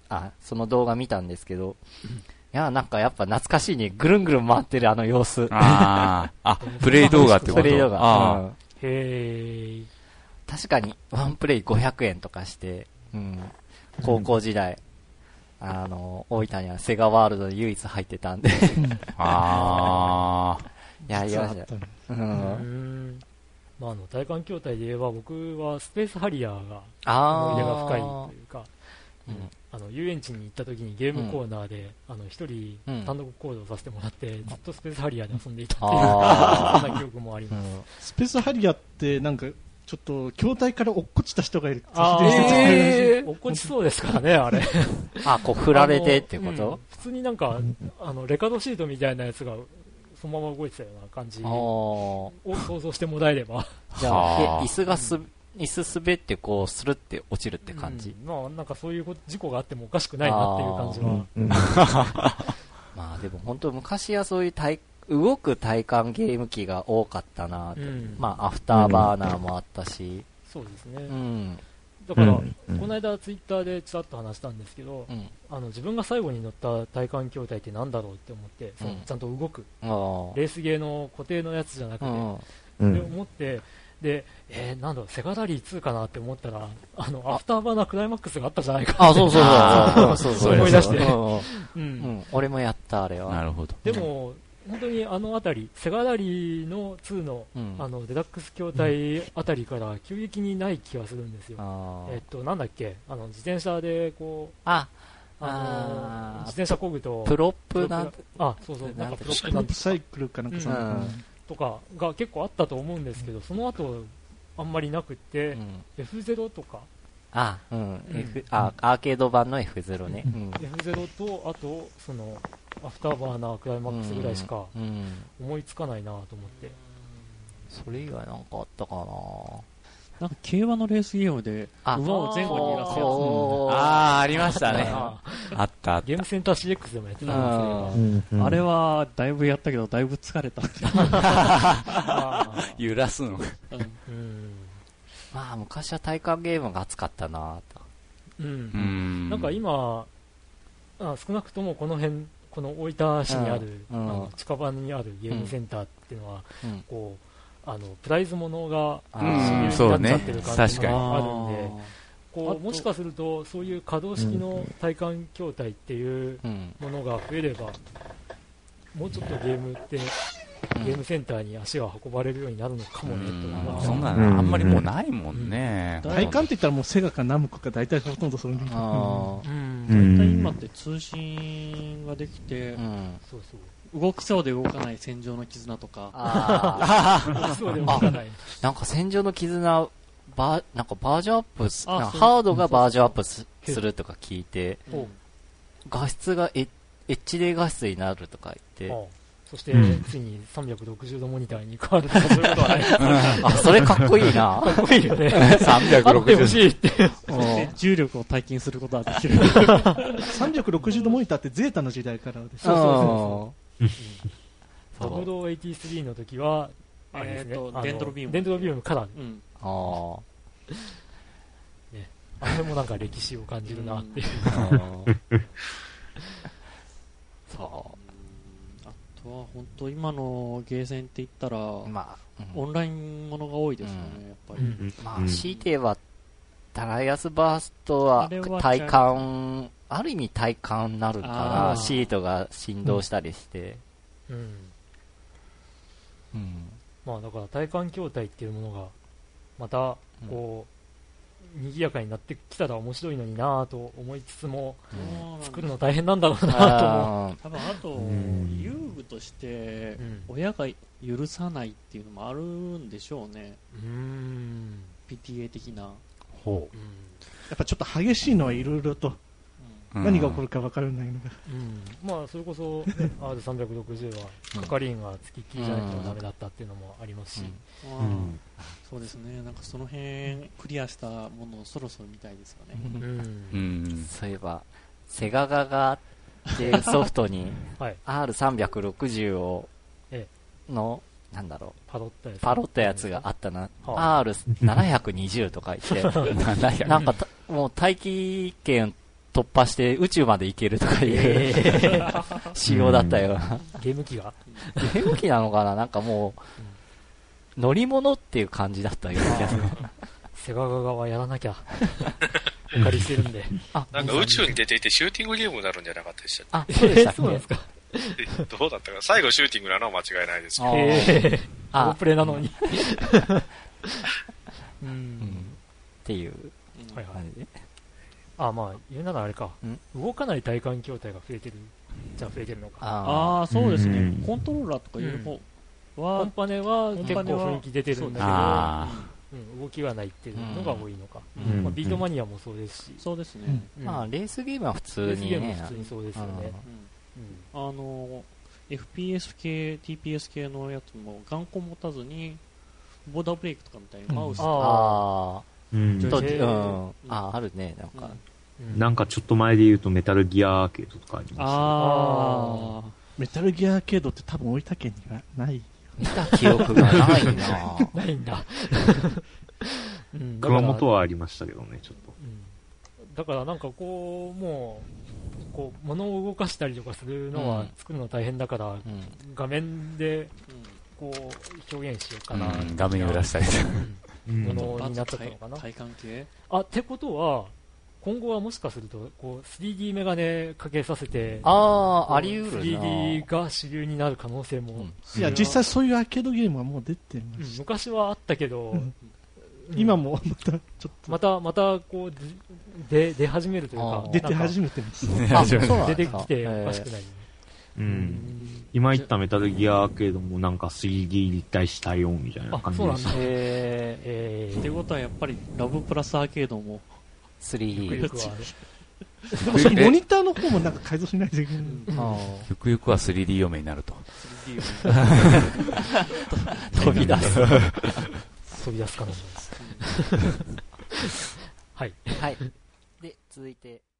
あ、その動画見たんですけど、いや、なんかやっぱ懐かしいね。ぐるんぐるん回ってるあの様子。 ああ、あ、プレイ動画ってこと？ プレイ動画。 あうん、 へー。 確かに、ワンプレイごひゃくえんとかして、うん、高校時代、あの、大分にはセガワールドで唯一入ってたんで。 ああ。 やりました。うん。 まあ、あの、体感筐体で言えば、僕はスペースハリアーが思い出が深いというか、うん、あの遊園地に行った時にゲームコーナーで、うん、あの一人単独行動させてもらって、うん、ずっとスペースハリアーで遊んでいたっていうそんな記憶もあります、うん、 スペースハリアーってなんかちょっと筐体から落っこちた人がいるってえー、落っこちそうですからねあれあ、こう振られてってこと、うん、 普通になんかあのレカードシートみたいなやつがそのまま動いてたような感じを想像してもらえればじゃあ椅子がす椅子滑ってこうスルって落ちるって感じ、 うん、まあなんかそういう事故があってもおかしくないなっていう感じは、うん、まあでも本当昔はそういう体動く体感ゲーム機が多かったなと、うん、まあアフターバーナーもあったし、うん、 そうですね、 うん、 だから、うん、この間ツイッターでちらっと話したんですけど、うん、あの自分が最後に乗った体感筐体ってなんだろうって思って、そのちゃんと動くレースゲーの固定のやつじゃなくて、うん、で思ってで、えー、なんだろう、セガラリーツーかなって思ったら、あの、アフターバーナークライマックスがあったじゃないかあ、そうそうそうそう。そう思い出して。 うん。俺もやった、あれは。 なるほど。 でも、本当にあのあたり、セガラリーのツーの、うん、あの、デラックス筐体あたりから急激にない気がするんですよ。えっと、なんだっけ、あの、自転車でこう、 あ、 あの、自転車漕ぐと、 プロップなんあ、そうそう、なんかプロップなんプサイクルかなんかその、 とかが結構あったと思うんですけど、その後あんまりなくって、うん、エフゼロ とかあ、うん、F、あ、アーケード版の エフゼロ ね、うん、 エフゼロ とあとそのアフターバーナークライマックスぐらいしか思いつかないなと思って、 それ以外なんかあったかな。 なんか競馬のレースゲームで馬を前後に揺らすやつ、 ああ、ありましたねあったあった。 ゲームセンター シーエックス でもやってたんですけど、あれはだいぶやったけどだいぶ疲れた揺らすの、うん、 まあ昔は体感ゲームが熱かったなと、 うん、うんなんか今あ少なくともこの辺この大分市にある、うん、あの近場にあるゲームセンターっていうのは、うん、こうあのプライズものが主流になっちゃってる感じがあるんで、こうもしかするとそういう可動式の体感筐体っていうものが増えれば、もうちょっとゲームってゲームセンターに足が運ばれるようになるのかもねと思って、 そんなのあんまりもうないもんね。 体感って言ったらもうセガかナムコか大体ほとんどそれで、大体今って通信ができて、そうそう動きそうで動かない戦場の絆とか、 あ動きそうで動かないなんか戦場の絆バーなんかバージョンアップすハードがバージョンアップ す, するとか聞いて、画質がエッエッチディー 画質になるとか言って、 そして、うん、ついにさんびゃくろくじゅうどモニターに変わるとかそういうことはないあ、それかっこいいな。 かっこいいよね。 さんびゃくろくじゅうあってほしいって。 重力を体験することができる。 さんびゃくろくじゅうどモニターってゼータの時代からです。 そうそうそう。ダブルオーエイティースリーの時は、 あれですね、デンドロビーム。 デンドロビームから。うん、 あね、あれもなんか歴史を感じるなっていう。 そう。は本当今のゲーセンって言ったら、 まあうん、オンラインものが多いですよね、うん、やっぱり、うん、 まあ強いて言えばダライアスバーストは体感ある意味体感になるからシートが振動したりして、うんうんうん、まあだから体感筐体っていうものがまたこう、賑やかになってきたら面白いのになぁと思いつつも、うん、作るの大変なんだろうなぁと思う。 多分あと、遊具として親が許さないっていうのもあるんでしょうね。うん ピーティーエー 的な。 ほう、うん、やっぱちょっと激しいのはいろいろと、うん、何が起こるか分からないのが、 うん、まあそれこそ、ね、アールさんびゃくろくじゅう は係員が付きっきりじゃないとダメだったっていうのもありますし、うんうん、 そうですね、なんかその辺クリアしたものをそろそろ見たいですよね、 うん、そういえばセガガガっていうソフトにはい、アールさんびゃくろくじゅう をのなんだろうパロったやつパロったやつがあったな、はあ、アールななひゃくにじゅう とか言ってなんかもう大気圏突破して宇宙まで行けるとかいう、えー、仕様だったような。 ゲーム機がゲーム機なのかな、なんかもう、乗り物っていう感じだったような気がする。 セガ側はやらなきゃ。お借りしてるんで。 あ、なんか宇宙に出ていてシューティングゲームになるんじゃなかったでしたっけ？ あ、そうでしたっけ？ そうなんですか。 どうだったか。最後シューティングなのは間違いないですけど。 えー、ロープレイなのに。 うん。っていう。 はいはい。あ、まあ、言うならあれか。動かない体感筐体が増えてる。じゃあ増えてるのか。 ああ、そうですね。コントローラーとかいう方は、 コンパネは結構雰囲気出てるんだけど、うん、動きはないっていうのが多いのか。うんまあ、ビートマニアもそうですし。 そうですね。 うん、まあ、レースゲームは普通に、ね。レースゲームは普通にそうですよね。 うん、あの、エフピーエス 系、ティーピーエス 系のやつも、ガンコン持たずに、ボーダーブレイクとかみたいにマウスとか。 ああ。うん。ちょっと、うん。あ、あるね、なんか。 うん、なんかちょっと前で言うとメタルギアアーケードとかありました。 ああ。メタルギアアーケードって多分大分県にはない。 見た記憶がないなないんだ。 うん、熊本はありましたけどね、ちょっと。 うん、だからなんかこう、もう、こう、物を動かしたりとかするのは作るの大変だから、うん、画面で、こう、表現しようかな、うん。 画面を出したりする。 ものになっちゃったのかな。 体感系あ、ってことは、今後はもしかすると、こう、スリーディー メガネかけさせて、 ああ、あり得るな。 スリーディー が主流になる可能性も。うん、 いや、実際そういうアーケードゲームはもう出てます、うん。昔はあったけど、うん、 今もまたちょっと。 また、また、こう、で、出始めるというか。 出て始めてます。 あ、そう出てきておかしくない。 うん。今言ったメタルギアアーケードもなんか スリーディー 立体したよみたいな感じです。 そうなんだ。 へえー。ってことはやっぱりラブプラスアーケードもスリーディー。 よくよくはでもそのモニターの方もなんか改造しないといけない。 ゆくゆくは スリーディー 嫁になると。 飛び出す。 飛び出す可能性です。はい。 はい。で、続いて。